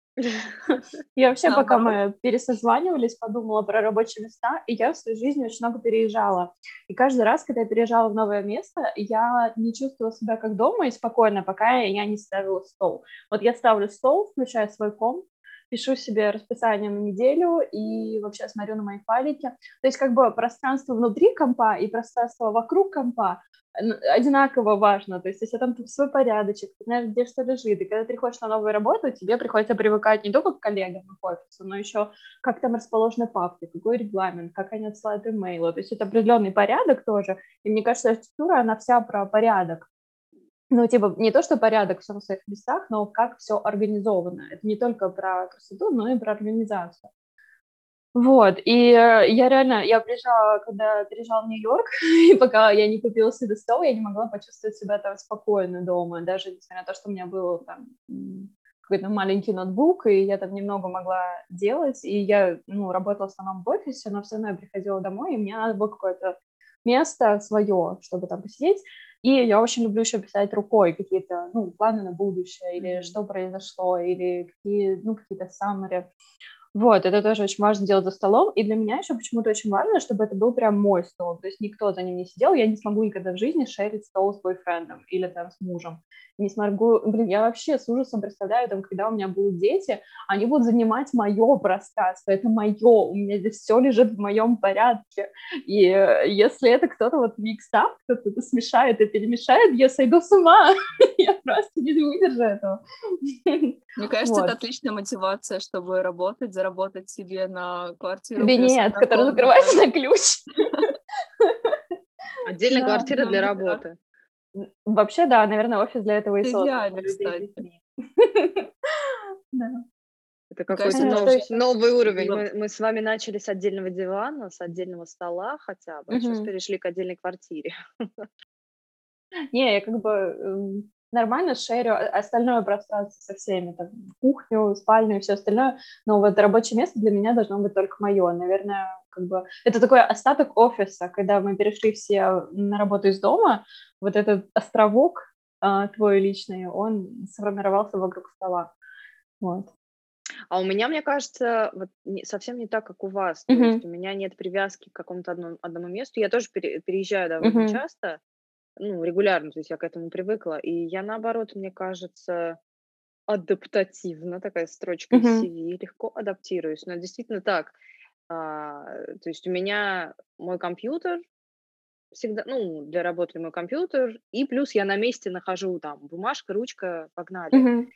Я вообще, пока Наоборот. мы пересозванивались, подумала про рабочие места, и я в своей жизни очень много переезжала. И каждый раз, когда я переезжала в новое место, я не чувствовала себя как дома и спокойно, пока я не ставила стол. Вот я ставлю стол, включаю свой комп, пишу себе расписание на неделю и вообще смотрю на мои файлики. То есть как бы пространство внутри компа и пространство вокруг компа н- одинаково важно. То есть если там свой порядочек, ты знаешь, где что лежит, и когда ты приходишь на новую работу, тебе приходится привыкать не только к коллегам и к офису, но еще как там расположены папки, какой регламент, как они отсылают имейлы. То есть это определенный порядок тоже. И мне кажется, архитектура, она вся про порядок. Ну, типа, не то, что порядок все на своих местах, но как все организовано. Это не только про красоту, но и про организацию. Вот, и э, я реально, я приезжала, когда переезжала в Нью-Йорк, и пока я не купила себе стол, я не могла почувствовать себя там спокойно дома, даже несмотря на то, что у меня был там м, какой-то маленький ноутбук, и я там немного могла делать, и я, ну, работала в основном в офисе, но все равно я приходила домой, и мне надо было какое-то место свое, чтобы там посидеть, и я очень люблю еще писать рукой какие-то, ну, планы на будущее, или Мгм. что произошло, или какие, ну, какие-то summary. Вот, это тоже очень важно делать за столом, и для меня еще почему-то очень важно, чтобы это был прям мой стол, то есть никто за ним не сидел, я не смогу никогда в жизни шерить стол с бойфрендом или там с мужем, не смогу, блин, я вообще с ужасом представляю, там, когда у меня будут дети, они будут занимать мое пространство, это мое, у меня здесь все лежит в моем порядке, и э, если это кто-то вот mixed up, кто-то это смешает и перемешает, я сойду с ума, я просто не выдержу этого. Мне кажется, это Вот. отличная мотивация, чтобы работать, заработать себе на квартиру Кабинет, плюс который одна закрывается комната. на ключ. Отдельная Да. квартира Ну для да. работы. М, Вообще, да, наверное, офис для этого и Это создан, для идеально, людей с кстати. детьми. Да. Это Мне кажется, какой-то Э, это Что нов- еще? новый уровень. было... Мы, мы с вами начали с отдельного дивана, с отдельного стола хотя бы, а сейчас Мгм. перешли к отдельной квартире. Не, я как бы эм, нормально шерю о- остальное пространство со всеми, там, кухню, спальню и все остальное, но вот рабочее место для меня должно быть только мое. Наверное, как бы это такой остаток офиса, когда мы перешли все на работу из дома, вот этот островок а, твой личный, он сформировался вокруг стола. Вот. А у меня, мне кажется, вот не- совсем не так, как у вас. То есть Мгм. у меня нет привязки к какому-то одному, одному месту. Я тоже пере- переезжаю довольно Мгм. часто, ну, регулярно, то есть я к этому привыкла. И я, наоборот, мне кажется, адаптативно, такая строчка из Мгм. си ви, легко адаптируюсь. Но это действительно так. А, то есть у меня мой компьютер всегда, ну, для работы мой компьютер, и плюс я на месте нахожу там бумажка, ручка, погнали. Мгм.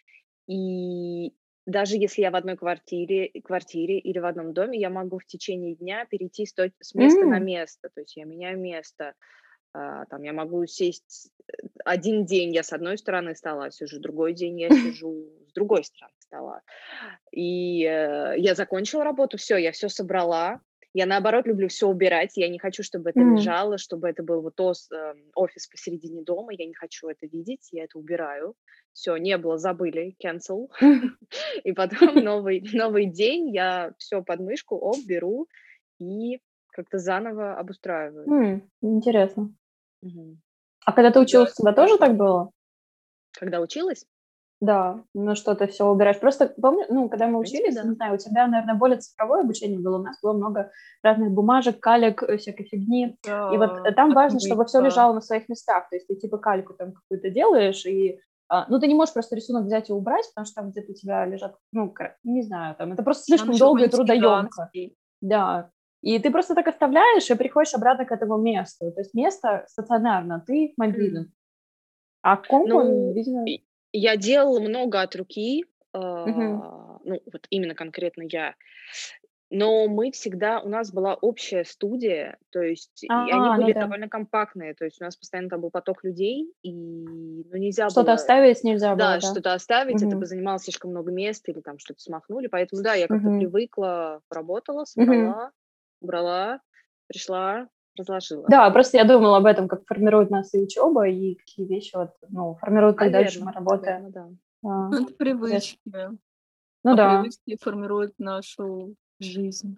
И даже если я в одной квартире, квартире или в одном доме, я могу в течение дня перейти с, той- с места на М. место, то есть я меняю место. А, там я могу сесть э, один день я с одной стороны стола сижу, другой день я сижу с другой стороны стола. И э, я закончила работу, все, я все собрала. Я, наоборот, люблю все убирать. Я не хочу, чтобы это Мгм. лежало, чтобы это был вот ос- эм, офис посередине дома. Я не хочу это видеть, я это убираю. Все, не было, забыли, cancel. М. И потом новый, новый день, я все под мышку, оп, беру и как-то заново обустраиваю. М. Интересно. Мгм. А когда ты Да, училась, у тебя тоже так было? Когда училась? Да, ну что ты все убираешь. Просто помню, ну, когда мы В принципе, учились, да. не знаю, у тебя, наверное, более цифровое обучение было, у нас было много разных бумажек, калек, э, всякой фигни. И вот э, Да, там важно, чтобы все отмычка. лежало на своих местах. То есть ты типа кальку там какую-то делаешь, и а, ну, ты не можешь просто рисунок взять и убрать, потому что там где-то у тебя лежат, ну, кра- не знаю, там, это просто Он слишком еще долго и какой-нибудь трудоемко. гигантский. Да. И ты просто так оставляешь и приходишь обратно к этому месту. То есть место стационарно, ты мобилен. М. А комп, он, Ну, видимо... и- я делала много от руки, Мгм. а, ну, вот именно конкретно я. Но мы всегда, у нас была общая студия, то есть и они А, ну были да. довольно компактные, то есть у нас постоянно там был поток людей, и ну, нельзя Что-то было, оставить нельзя было, да, да? что-то оставить, это бы Мгм. занимало слишком много места или там что-то смахнули, поэтому да, я как-то Мгм. привыкла, поработала, Мгм. собрала, убрала, пришла, разложила. Да, просто я думала об этом, как формирует нас и учеба, и какие вещи вот, ну, формируют, как дальше мы Наверно, работаем. наверно, да. Да, Ну, это интересно. привычки. Ну А да. привычки формируют нашу жизнь.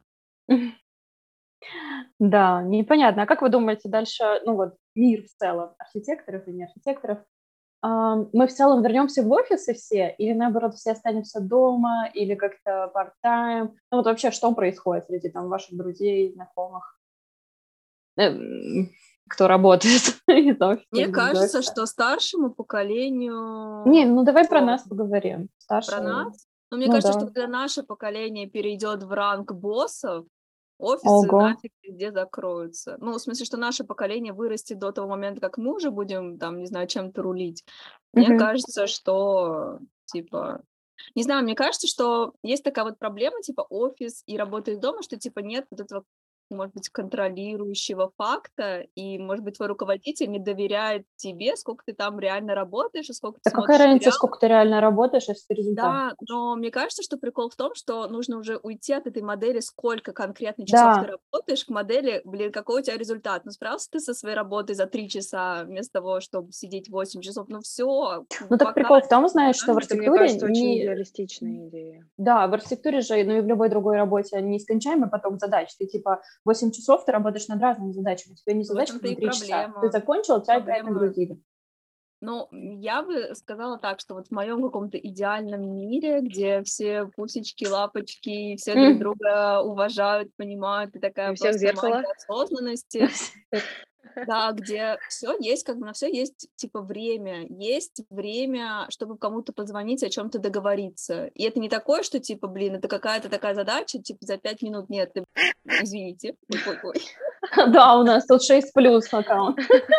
Да, непонятно. А как вы думаете дальше, ну вот мир в целом, архитекторов и не архитекторов, ам, мы в целом вернемся в офисы все, или наоборот все останемся дома, или как-то part-time? Ну вот вообще, что происходит среди там ваших друзей, знакомых, эм, кто работает из офиса Мне или из кажется, офиса? что старшему Не, поколению ну давай про нас сложно. поговорим. Про Старшие, нас? Но мне ну кажется, что да. когда наше поколение перейдет в ранг боссов, офисы Ого. нафиг везде закроются. Ну, в смысле, что наше поколение вырастет до того момента, как мы уже будем, там, не знаю, чем-то рулить. Мне Мгм. кажется, что, типа, не знаю, мне кажется, что есть такая вот проблема, типа, офис и работа из дома, что, типа, нет вот этого, может быть, контролирующего факта, и, может быть, твой руководитель не доверяет тебе, сколько ты там реально работаешь, и сколько ты Да какая смотришь разница, сериал. сколько ты реально работаешь, если ты результат Да, хочешь? но мне кажется, что прикол в том, что нужно уже уйти от этой модели, сколько конкретно часов ты Да, работаешь, к модели, блин, какой у тебя результат. Ну, справился ты со своей работой за три часа вместо того, чтобы сидеть восемь часов. Ну, все, ну так пока. прикол в том, знаешь, что в Это, мне архитектуре кажется, очень не... идеалистичная идея. Да, в архитектуре же, ну и в любой другой работе нескончаемый поток задач. Ты типа восемь часов ты работаешь над разными задачами. У тебя не В задачка этом-то на и три часа. Ты проблема. закончил, тебя опять Проблема. нагрузили. Ну, я бы сказала так, что вот в моем каком-то идеальном мире, где все пусечки, лапочки, все друг М. друга уважают, понимают, и И такая у всех просто зеркало. магия осознанности, да, где все есть, как бы на все есть типа время, есть время, чтобы кому-то позвонить, о чем-то договориться. И это не такое, что типа, блин, это какая-то такая задача, типа за пять минут нет, ты, извините, ой-ой-ой. Да, у нас тут шесть плюс аккаунт.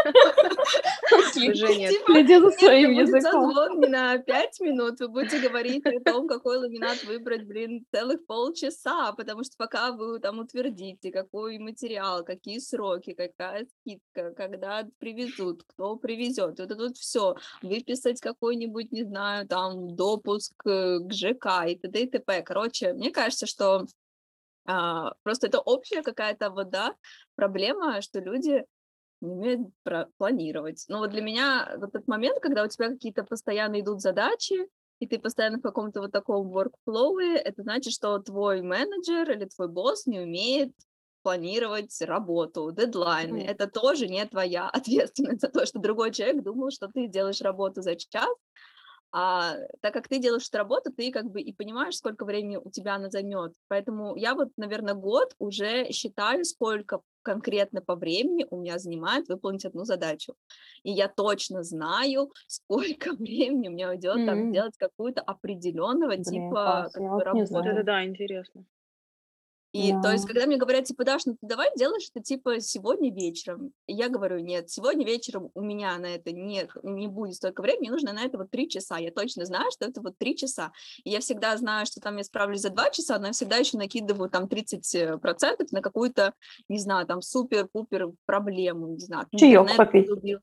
Уже нет. Типа, Следи за нет, своим это будет языком. созвон не на пять минут, вы будете говорить о том, какой ламинат выбрать, блин, целых полчаса, потому что пока вы там утвердите, какой материал, какие сроки, какая скидка, когда привезут, кто привезет, вот это вот все, выписать какой-нибудь, не знаю, там, допуск э, к ЖК и т.д. и т.п. Короче, мне кажется, что а, просто это общая какая-то вот, да, проблема, что люди не умеют пра- планировать. Но вот для меня вот этот момент, когда у тебя какие-то постоянно идут задачи, и ты постоянно в каком-то вот таком workflow, это значит, что твой менеджер или твой босс не умеет планировать работу, дедлайны. Мгм. Это тоже не твоя ответственность за то, что другой человек думал, что ты делаешь работу за час, а так как ты делаешь эту работу, ты как бы и понимаешь, сколько времени у тебя она займет. Поэтому я вот, наверное, год уже считаю, сколько конкретно по времени у меня занимает выполнить одну задачу. И я точно знаю, сколько времени у меня уйдет там М. сделать какую-то определенного Блин, типа класс, как я бы вот не Вот это работу. знаю. да, интересно. И то есть, Да. когда мне говорят, типа, Даш, ну ты давай делаешь это, типа, сегодня вечером. И я говорю, нет, сегодня вечером у меня на это не, не будет столько времени, мне нужно на это вот три часа. Я точно знаю, что это вот три часа. И я всегда знаю, что там я справлюсь за два часа, но я всегда еще накидываю там тридцать процентов на какую-то, не знаю, там супер-пупер проблему, не знаю, Чаек интернет попить. подрубил.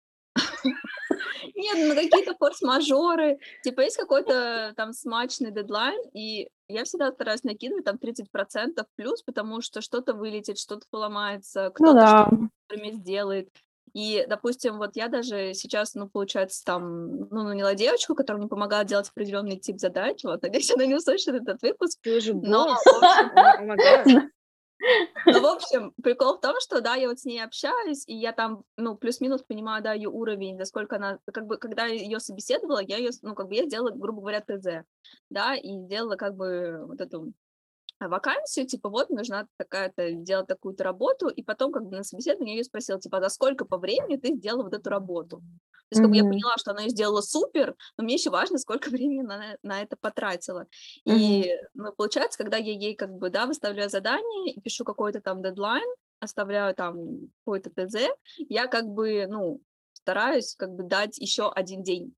Нет, ну какие-то форс-мажоры, типа есть какой-то там смачный дедлайн, и я всегда стараюсь накидывать там тридцать процентов плюс, потому что что-то вылетит, что-то поломается, Ну кто-то да. что-то вовремя сделает. И, допустим, вот я даже сейчас, ну, получается, там, ну, наняла девочку, которая мне помогает делать определенный тип задач, вот, надеюсь, она не услышит этот выпуск, Ты уже но, босс. в общем, О ма- о май гад. Ну, в общем, прикол в том, что, да, я вот с ней общаюсь, и я там, ну, плюс-минус понимаю, да, ее уровень, насколько она, как бы, когда ее собеседовала, я ее, ну, как бы, я делала, грубо говоря, ТЗ, да, и делала, как бы, вот эту вакансию, типа, вот, нужна такая-то, делать такую-то работу, и потом, как бы, на собеседовании я ее спросила, типа, за сколько по времени ты сделала вот эту работу? То есть, как бы, я Мгм. поняла, что она ее сделала супер, но мне еще важно, сколько времени она на это потратила. Мгм. И, ну, получается, когда я ей, как бы, да, выставляю задание и пишу какой-то там дедлайн, оставляю там какой-то ТЗ, я, как бы, ну, стараюсь, как бы, дать еще один день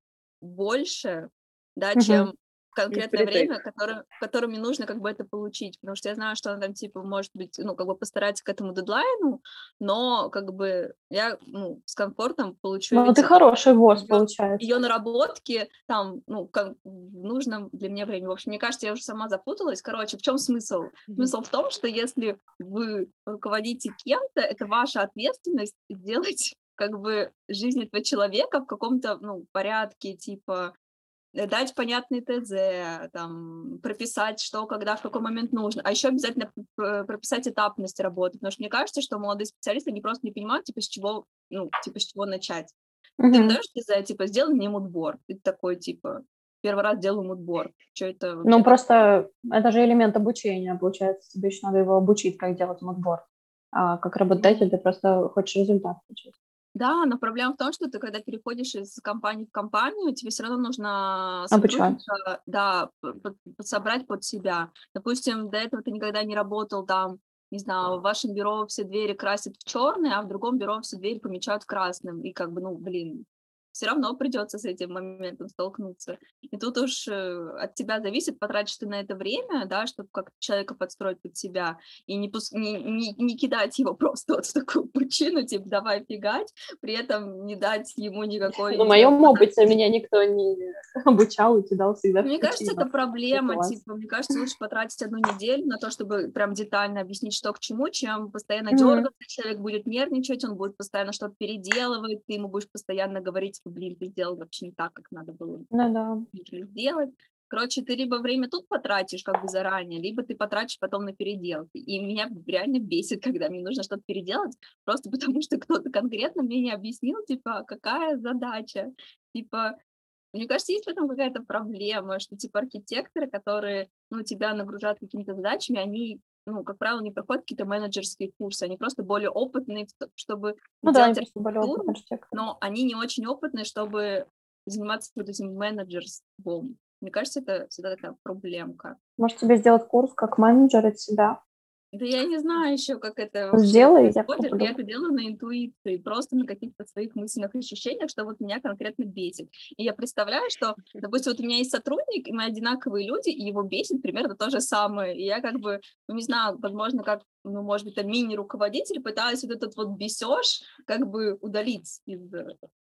больше, да, Мгм. чем И конкретное время, впритык. которое, которое мне нужно, как бы, это получить, потому что я знаю, что она там, типа, может быть, ну, как бы, постарается к этому дедлайну, но, как бы, я, ну, с комфортом получу Ну, ты эти, там, хороший босс, ее, получается. ее наработки, там, ну, кон- в нужном для меня времени. В общем, мне кажется, я уже сама запуталась. Короче, в чем смысл? Мгм. Смысл в том, что если вы руководите кем-то, это ваша ответственность сделать, как бы, жизнь этого человека в каком-то, ну, порядке, типа, э, дать понятный ТЗ, там, прописать, что, когда, в какой момент нужно. А еще обязательно п- прописать этапность работы, потому что мне кажется, что молодые специалисты, они просто не понимают, типа, с чего, ну, типа, с чего начать. Ты им Мгм. даешь ТЗ, типа, сделай мне мудборд. Ты такой, типа, первый раз делаю мудборд. Что это Ну, вообще такое? просто это же элемент обучения, получается, тебе еще надо его обучить, как делать мудборд. А как работодатель Ну, ты просто хочешь результат получить. да, но проблема в том, что ты, когда переходишь из компании в компанию, тебе все равно нужно Обучаться. сотрудника, да, п- п- подсобрать под себя. Допустим, до этого ты никогда не работал там, не знаю, в вашем бюро все двери красят в черный, а в другом бюро все двери помечают красным. И как бы, ну, блин, все равно придется с этим моментом столкнуться. И тут уж э, от тебя зависит, потратишь ты на это время, да, чтобы как человека подстроить под себя, и не, пус- не, не, не кидать его просто вот в такую пучину, типа, давай фигать, при этом не дать ему никакой, На не знаю, моем опыте подать. меня никто не обучал и кидал всегда в Мне кажется, это пучину. Это проблема, класс. типа, мне кажется, лучше потратить одну неделю на то, чтобы прям детально объяснить, что к чему, чем постоянно Мгм. дергаться, человек будет нервничать, он будет постоянно что-то переделывать, ты ему будешь постоянно говорить, что, блин, ты сделал вообще не так, как надо было Ну да. сделать. Короче, ты либо время тут потратишь как бы заранее, либо ты потратишь потом на переделки. И меня реально бесит, когда мне нужно что-то переделать, просто потому что кто-то конкретно мне не объяснил, типа, какая задача. Типа, мне кажется, есть в этом какая-то проблема, что, типа, архитекторы, которые, ну, тебя нагружают какими-то задачами, они, ну, как правило, не проходят какие-то менеджерские курсы, они просто более опытные, в т- чтобы Ну да, они делать просто более опытные архитектуру, архитекторы. но они не очень опытные, чтобы заниматься вот этим менеджерством. Мне кажется, это всегда такая проблемка. Может, тебе сделать курс как менеджер от себя? Да я не знаю еще, как это вообще Сделай, я происходит. Я подумаю. это делаю на интуиции, просто на каких-то своих мысленных ощущениях, что вот меня конкретно бесит. И я представляю, что, допустим, вот у меня есть сотрудник, и мы одинаковые люди, и его бесит примерно то же самое. И я как бы, ну не знаю, возможно, как, ну, может быть, там мини-руководитель, пытаюсь вот этот вот бесеж как бы удалить из э,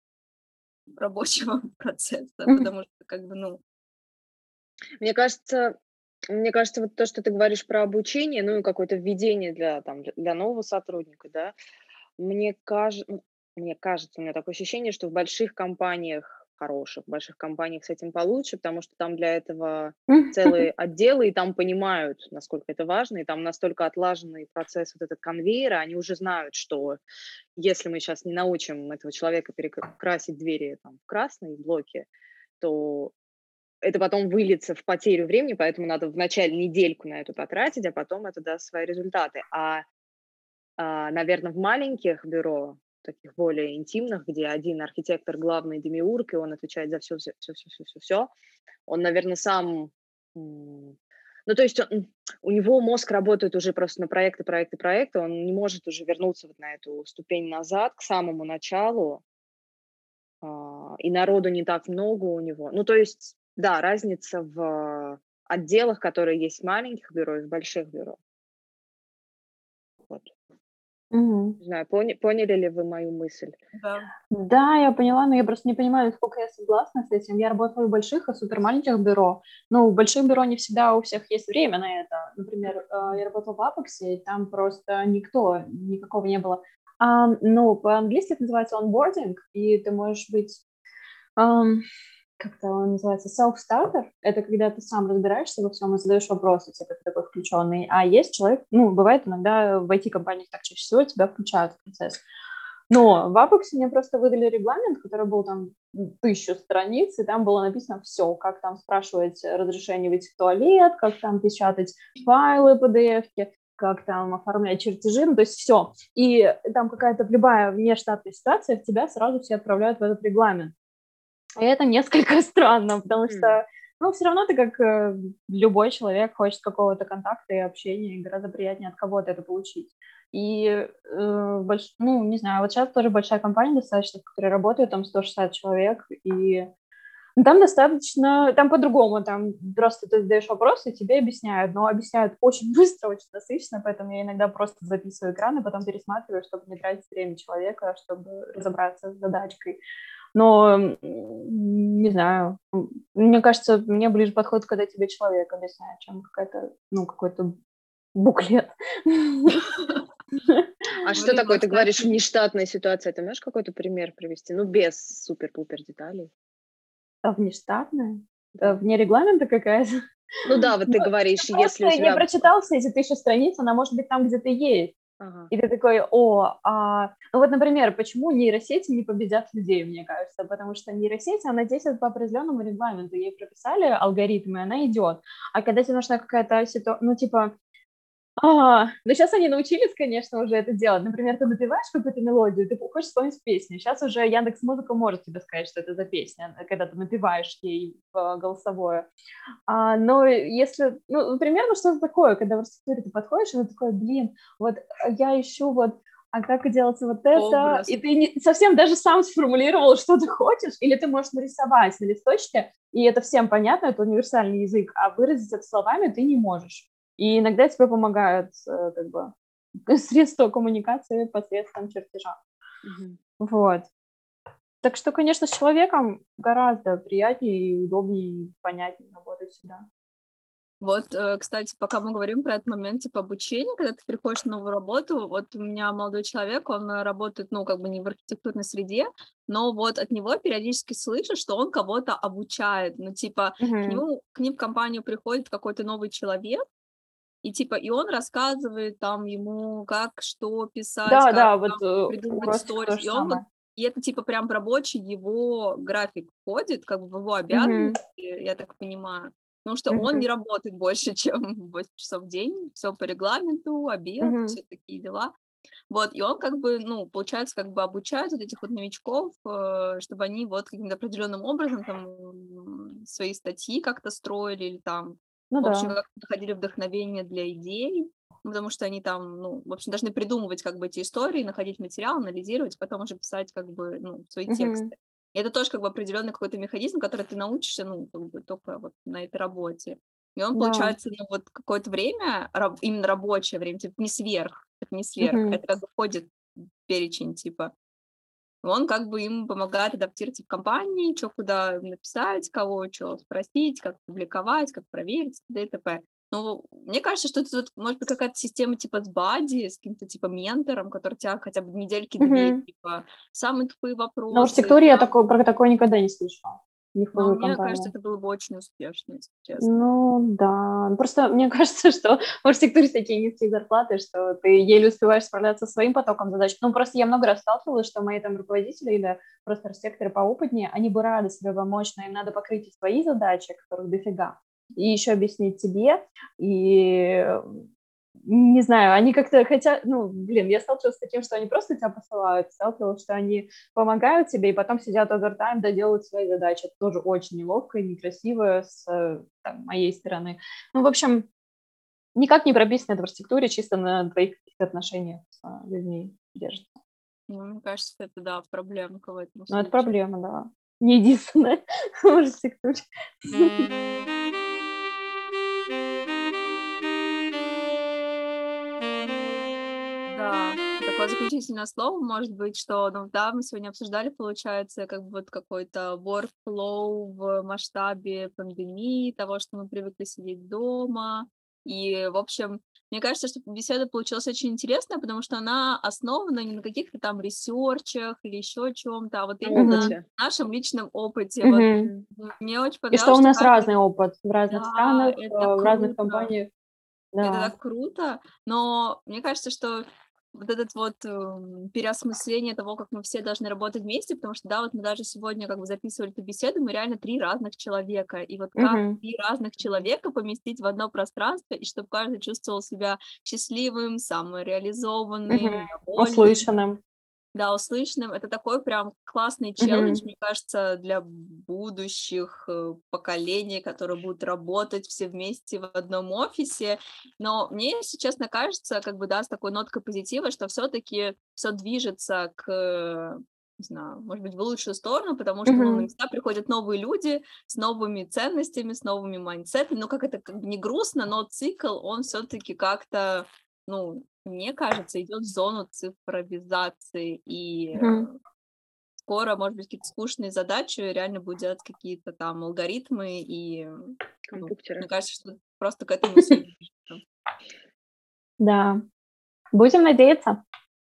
рабочего процесса, Мгм. потому что как бы, ну, Мне кажется, мне кажется, вот то, что ты говоришь про обучение, ну и какое-то введение для, там, для для нового сотрудника, да, мне каже ну, мне кажется, у меня такое ощущение, что в больших компаниях, хороших больших компаниях с этим получше, потому что там для этого целые отделы, и там понимают, насколько это важно, и там настолько отлаженный процесс вот этот конвейера, они уже знают, что если мы сейчас не научим этого человека перекрасить двери там в красные блоки, то это потом выльется в потерю времени, поэтому надо вначале недельку на это потратить, а потом это даст свои результаты. А, а, наверно, в маленьких бюро, таких более интимных, где один архитектор главный демиург, и он отвечает за все, все, все, все, все, все, он, наверное, сам, м, ну, то есть он, у него мозг работает уже просто на проекты, проекты, проекты, он не может уже вернуться вот на эту ступень назад, к самому началу, а, и народу не так много у него. Ну, то есть, да, разница в отделах, которые есть в маленьких бюро и в больших бюро. Вот. Мгм. Не знаю, поня поняли ли вы мою мысль? да. Да, я поняла, но я просто не понимаю, насколько я согласна с этим. Я работаю в больших и супермаленьких бюро. Ну, в больших бюро не всегда у всех есть время на это. Например, э, я работала в Апексе, и там просто никто, никакого не было. А, ну, по-английски это называется onboarding, и ты можешь быть ам, как-то он называется, self-starter. Это когда ты сам разбираешься во всем и задаешь вопросы, типа ты такой включенный. А есть человек, ну, бывает иногда в ай ти-компаниях так чаще всего тебя включают в процесс. Но в Apex мне просто выдали регламент, который был там тысячу страниц, и там было написано все, как там спрашивать разрешение выйти в туалет, как там печатать файлы пи ди эф-ки, как там оформлять чертежи, ну, то есть все. И там какая-то любая внештатная ситуация, в тебя сразу все отправляют в этот регламент. И это несколько странно, потому что, ну, все равно ты, как э, любой человек, хочет какого-то контакта и общения, и гораздо приятнее от кого-то это получить. И, э, больш... ну, не знаю, вот сейчас тоже большая компания достаточно, в которой работает там сто шестьдесят человек, и ну, там достаточно, там по-другому, там просто ты задаешь вопросы, тебе объясняют, но объясняют очень быстро, очень насыщенно, поэтому я иногда просто записываю экран и потом пересматриваю, чтобы не тратить время человека, чтобы разобраться с задачкой. Но, не знаю, мне кажется, мне ближе подходит, когда тебе человек объясняет, чем какая-то, ну, какой-то буклет. А что такое, ты говоришь, внештатная ситуация? Ты можешь какой-то пример привести? Ну, без супер-пупер деталей. А внештатная? Вне регламента какая-то? Ну да, вот ты говоришь, если у тебя... Я прочитал все эти тысячи страниц, она может быть там где-то есть. Ага. И ты такой, о, а... ну вот, например, почему нейросети не победят людей, мне кажется, потому что нейросеть, она действует по определенному регламенту, ей прописали алгоритмы, она идет, а когда тебе нужна какая-то ситуация, ну типа, а, но сейчас они научились, конечно, уже это делать. Например, ты напеваешь какую-то мелодию, ты хочешь исполнить песню. Сейчас уже Яндекс.Музыка может тебе сказать, что это за песня, когда ты напеваешь ей в голосовое. А, но если, ну, примерно что-то такое, когда в архитектуре ты подходишь, и ты такой, блин, вот я ищу вот, а как делается вот это, образ. И ты не, совсем даже сам сформулировал, что ты хочешь, или ты можешь нарисовать на листочке, и это всем понятно, это универсальный язык, а выразить это словами ты не можешь. И иногда тебе помогают как бы средства коммуникации посредством чертежа. Mm-hmm. Вот. Так что, конечно, с человеком гораздо приятнее и удобнее, и понятнее работать всегда. Вот, кстати, пока мы говорим про этот момент, типа, обучения, когда ты приходишь на новую работу, вот у меня молодой человек, он работает, ну, как бы не в архитектурной среде, но вот от него периодически слышу, что он кого-то обучает, ну, типа, mm-hmm. к нему, к ним в компанию приходит какой-то новый человек, и типа, и он рассказывает там ему, как что писать, да, как да, там, вот, придумывать сторис. И он вот, и это типа прям в рабочий его график входит, как бы в его обязанности, mm-hmm. я так понимаю. Потому что mm-hmm. он не работает больше, чем восемь часов в день, все по регламенту, обед, mm-hmm. все такие дела. Вот, и он как бы, ну, получается, как бы обучает вот этих вот новичков, чтобы они вот каким-то определенным образом там свои статьи как-то строили или там Ну, в общем, да. как находили вдохновение для идей, потому что они там, ну, в общем, должны придумывать как бы эти истории, находить материал, анализировать, потом уже писать как бы, ну, свои mm-hmm. тексты. И это тоже как бы определенный какой-то механизм, который ты научишься, ну, как бы только вот на этой работе. И он, да. получается, ну, вот какое-то время, именно рабочее время, типа не сверх, это не сверх, mm-hmm. это как бы входит в перечень, типа. Он как бы им помогает адаптироваться в компании, что куда написать, кого что спросить, как публиковать, как проверить, т.д. и т.п. Ну, мне кажется, что это может быть какая-то система типа с бади, с каким-то типа ментором, который тебя хотя бы недельки-две, mm-hmm. типа, самые тупые вопросы. Но в архитектуре я такое, про такое никогда не слышала. Но мне компании. кажется, это было бы очень успешно, если честно. Ну, да. Просто мне кажется, что в архитектуре такие низкие зарплаты, что ты еле успеваешь справляться со своим потоком задач. Ну, просто я много раз сталкивалась, что мои там руководители или просто архитекторы поопытнее, они бы рады себе помочь, но им надо покрыть и свои задачи, которых дофига, и еще объяснить тебе, и... Не знаю, они как-то хотят, ну, блин, я сталкивалась с таким, что они просто тебя посылают, сталкивалась, что они помогают тебе, и потом сидят овертайм, доделают свои задачи. Это тоже очень неловко и некрасиво с там, моей стороны. Ну, в общем, никак не прописано это в архитектуре, чисто на твоих отношениях с людьми держится. Ну, мне кажется, это, да, проблемка в этом Ну, случае. это проблема, да. Не единственная в архитектуре. Да, такое заключительное слово может быть, что, ну, да, мы сегодня обсуждали, получается, как бы вот какой-то workflow в масштабе пандемии, того, что мы привыкли сидеть дома, И, в общем, мне кажется, что беседа получилась очень интересная, потому что она основана не на каких-то там ресерчах или еще чем-то, а вот именно Опыте. на нашем личном опыте. Мгм. Вот мне очень И понравилось, что у нас каждый- разный опыт в разных Да, странах, это э, в разных круто. компаниях. Это Да. так круто, но мне кажется, что вот это вот эм, переосмысление того, как мы все должны работать вместе, потому что, да, вот мы даже сегодня как бы записывали эту беседу, мы реально три разных человека, и вот как Мгм. три разных человека поместить в одно пространство, и чтобы каждый чувствовал себя счастливым, самореализованным, Мгм. довольным, Услышанным. да, услышанным. Это такой прям классный Мгм. челлендж, мне кажется, для будущих э, поколений, которые будут работать все вместе в одном офисе. Но мне, если честно, кажется, как бы, да, с такой ноткой позитива, что все-таки все движется к, э, не знаю, может быть, в лучшую сторону, потому что, ну, на Мгм. места приходят новые люди с новыми ценностями, с новыми майндсетами. Ну, как это как бы не грустно, но цикл, он все-таки как-то, ну, мне кажется, идет в зону цифровизации, и Мгм. э, скоро, может быть, какие-то скучные задачи реально будут делать какие-то там алгоритмы, и ну, мне Компьютеры. кажется, что просто к этому все движется. Да. Будем надеяться.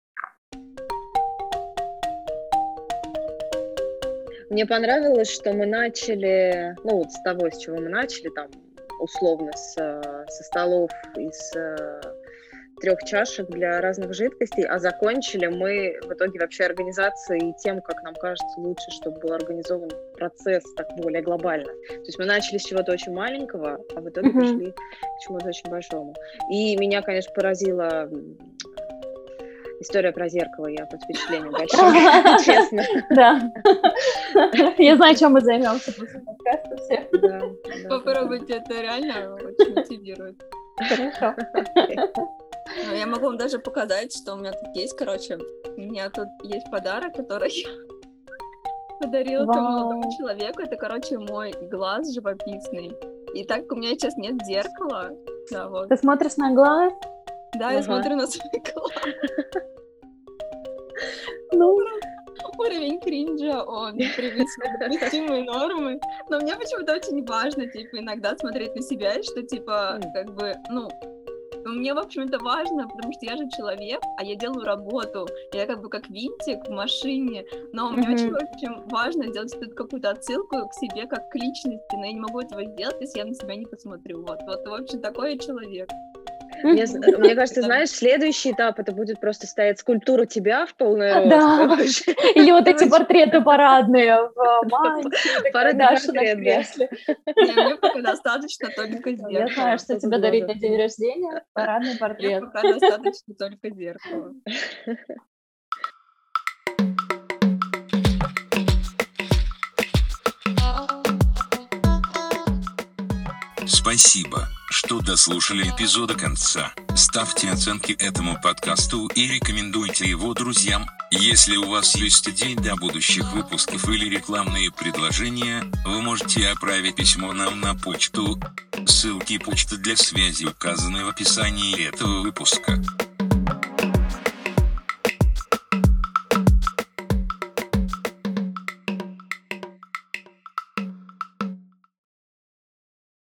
Мне понравилось, что мы начали, ну вот с того, с чего мы начали, там, условно, с, э, со столов из э, трех чашек для разных жидкостей, а закончили мы в итоге вообще организацией и тем, как нам кажется лучше, чтобы был организован процесс так более глобально. То есть мы начали с чего-то очень маленького, а в итоге Мгм. пришли к чему-то очень большому. И меня, конечно, поразила м, история про зеркало. Я под впечатлением большим, честно. Да. Я знаю, чем мы займемся после подкаста все. Да, да, да, Попробуйте, это реально очень мотивирует. Хорошо. Ну, я могу вам даже показать, что у меня тут есть, короче, у меня тут есть подарок, который я подарила Вау. тому молодому человеку. Это, короче, мой глаз живописный. И так как у меня сейчас нет зеркала, да, вот. Ты смотришь на глаз? Да, я Ага. смотрю на свой глаз. Ну, Уровень кринжа, он превысил допустимые нормы. Но мне почему-то очень важно, типа, иногда смотреть на себя, и что, типа, М. как бы, ну, мне, в общем, это важно, потому что я же человек, а я делаю работу. Я как бы как винтик в машине, но мне Мгм. очень, в общем, важно сделать тут какую-то отсылку к себе как к личности, но я не могу этого сделать, если я на себя не посмотрю. Вот, вот, в общем, такой я человек. Мне, з- мне кажется, Да. знаешь, следующий этап это будет просто стоять скульптура тебя в полный рост. Да. короче. Или вот эти Короче. портреты парадные в мантии, такая Парадный Даша на портрет, да. кресле. Не, мне пока достаточно только Я зеркала. знаю, что Сколько тебе дарить глазов на день тебе? рождения. Парадный Мне портрет. пока достаточно только зеркала. Спасибо, что дослушали эпизод до конца. Ставьте оценки этому подкасту и рекомендуйте его друзьям. Если у вас есть идеи для будущих выпусков или рекламные предложения, вы можете отправить письмо нам на почту. Ссылки и почта для связи указаны в описании этого выпуска.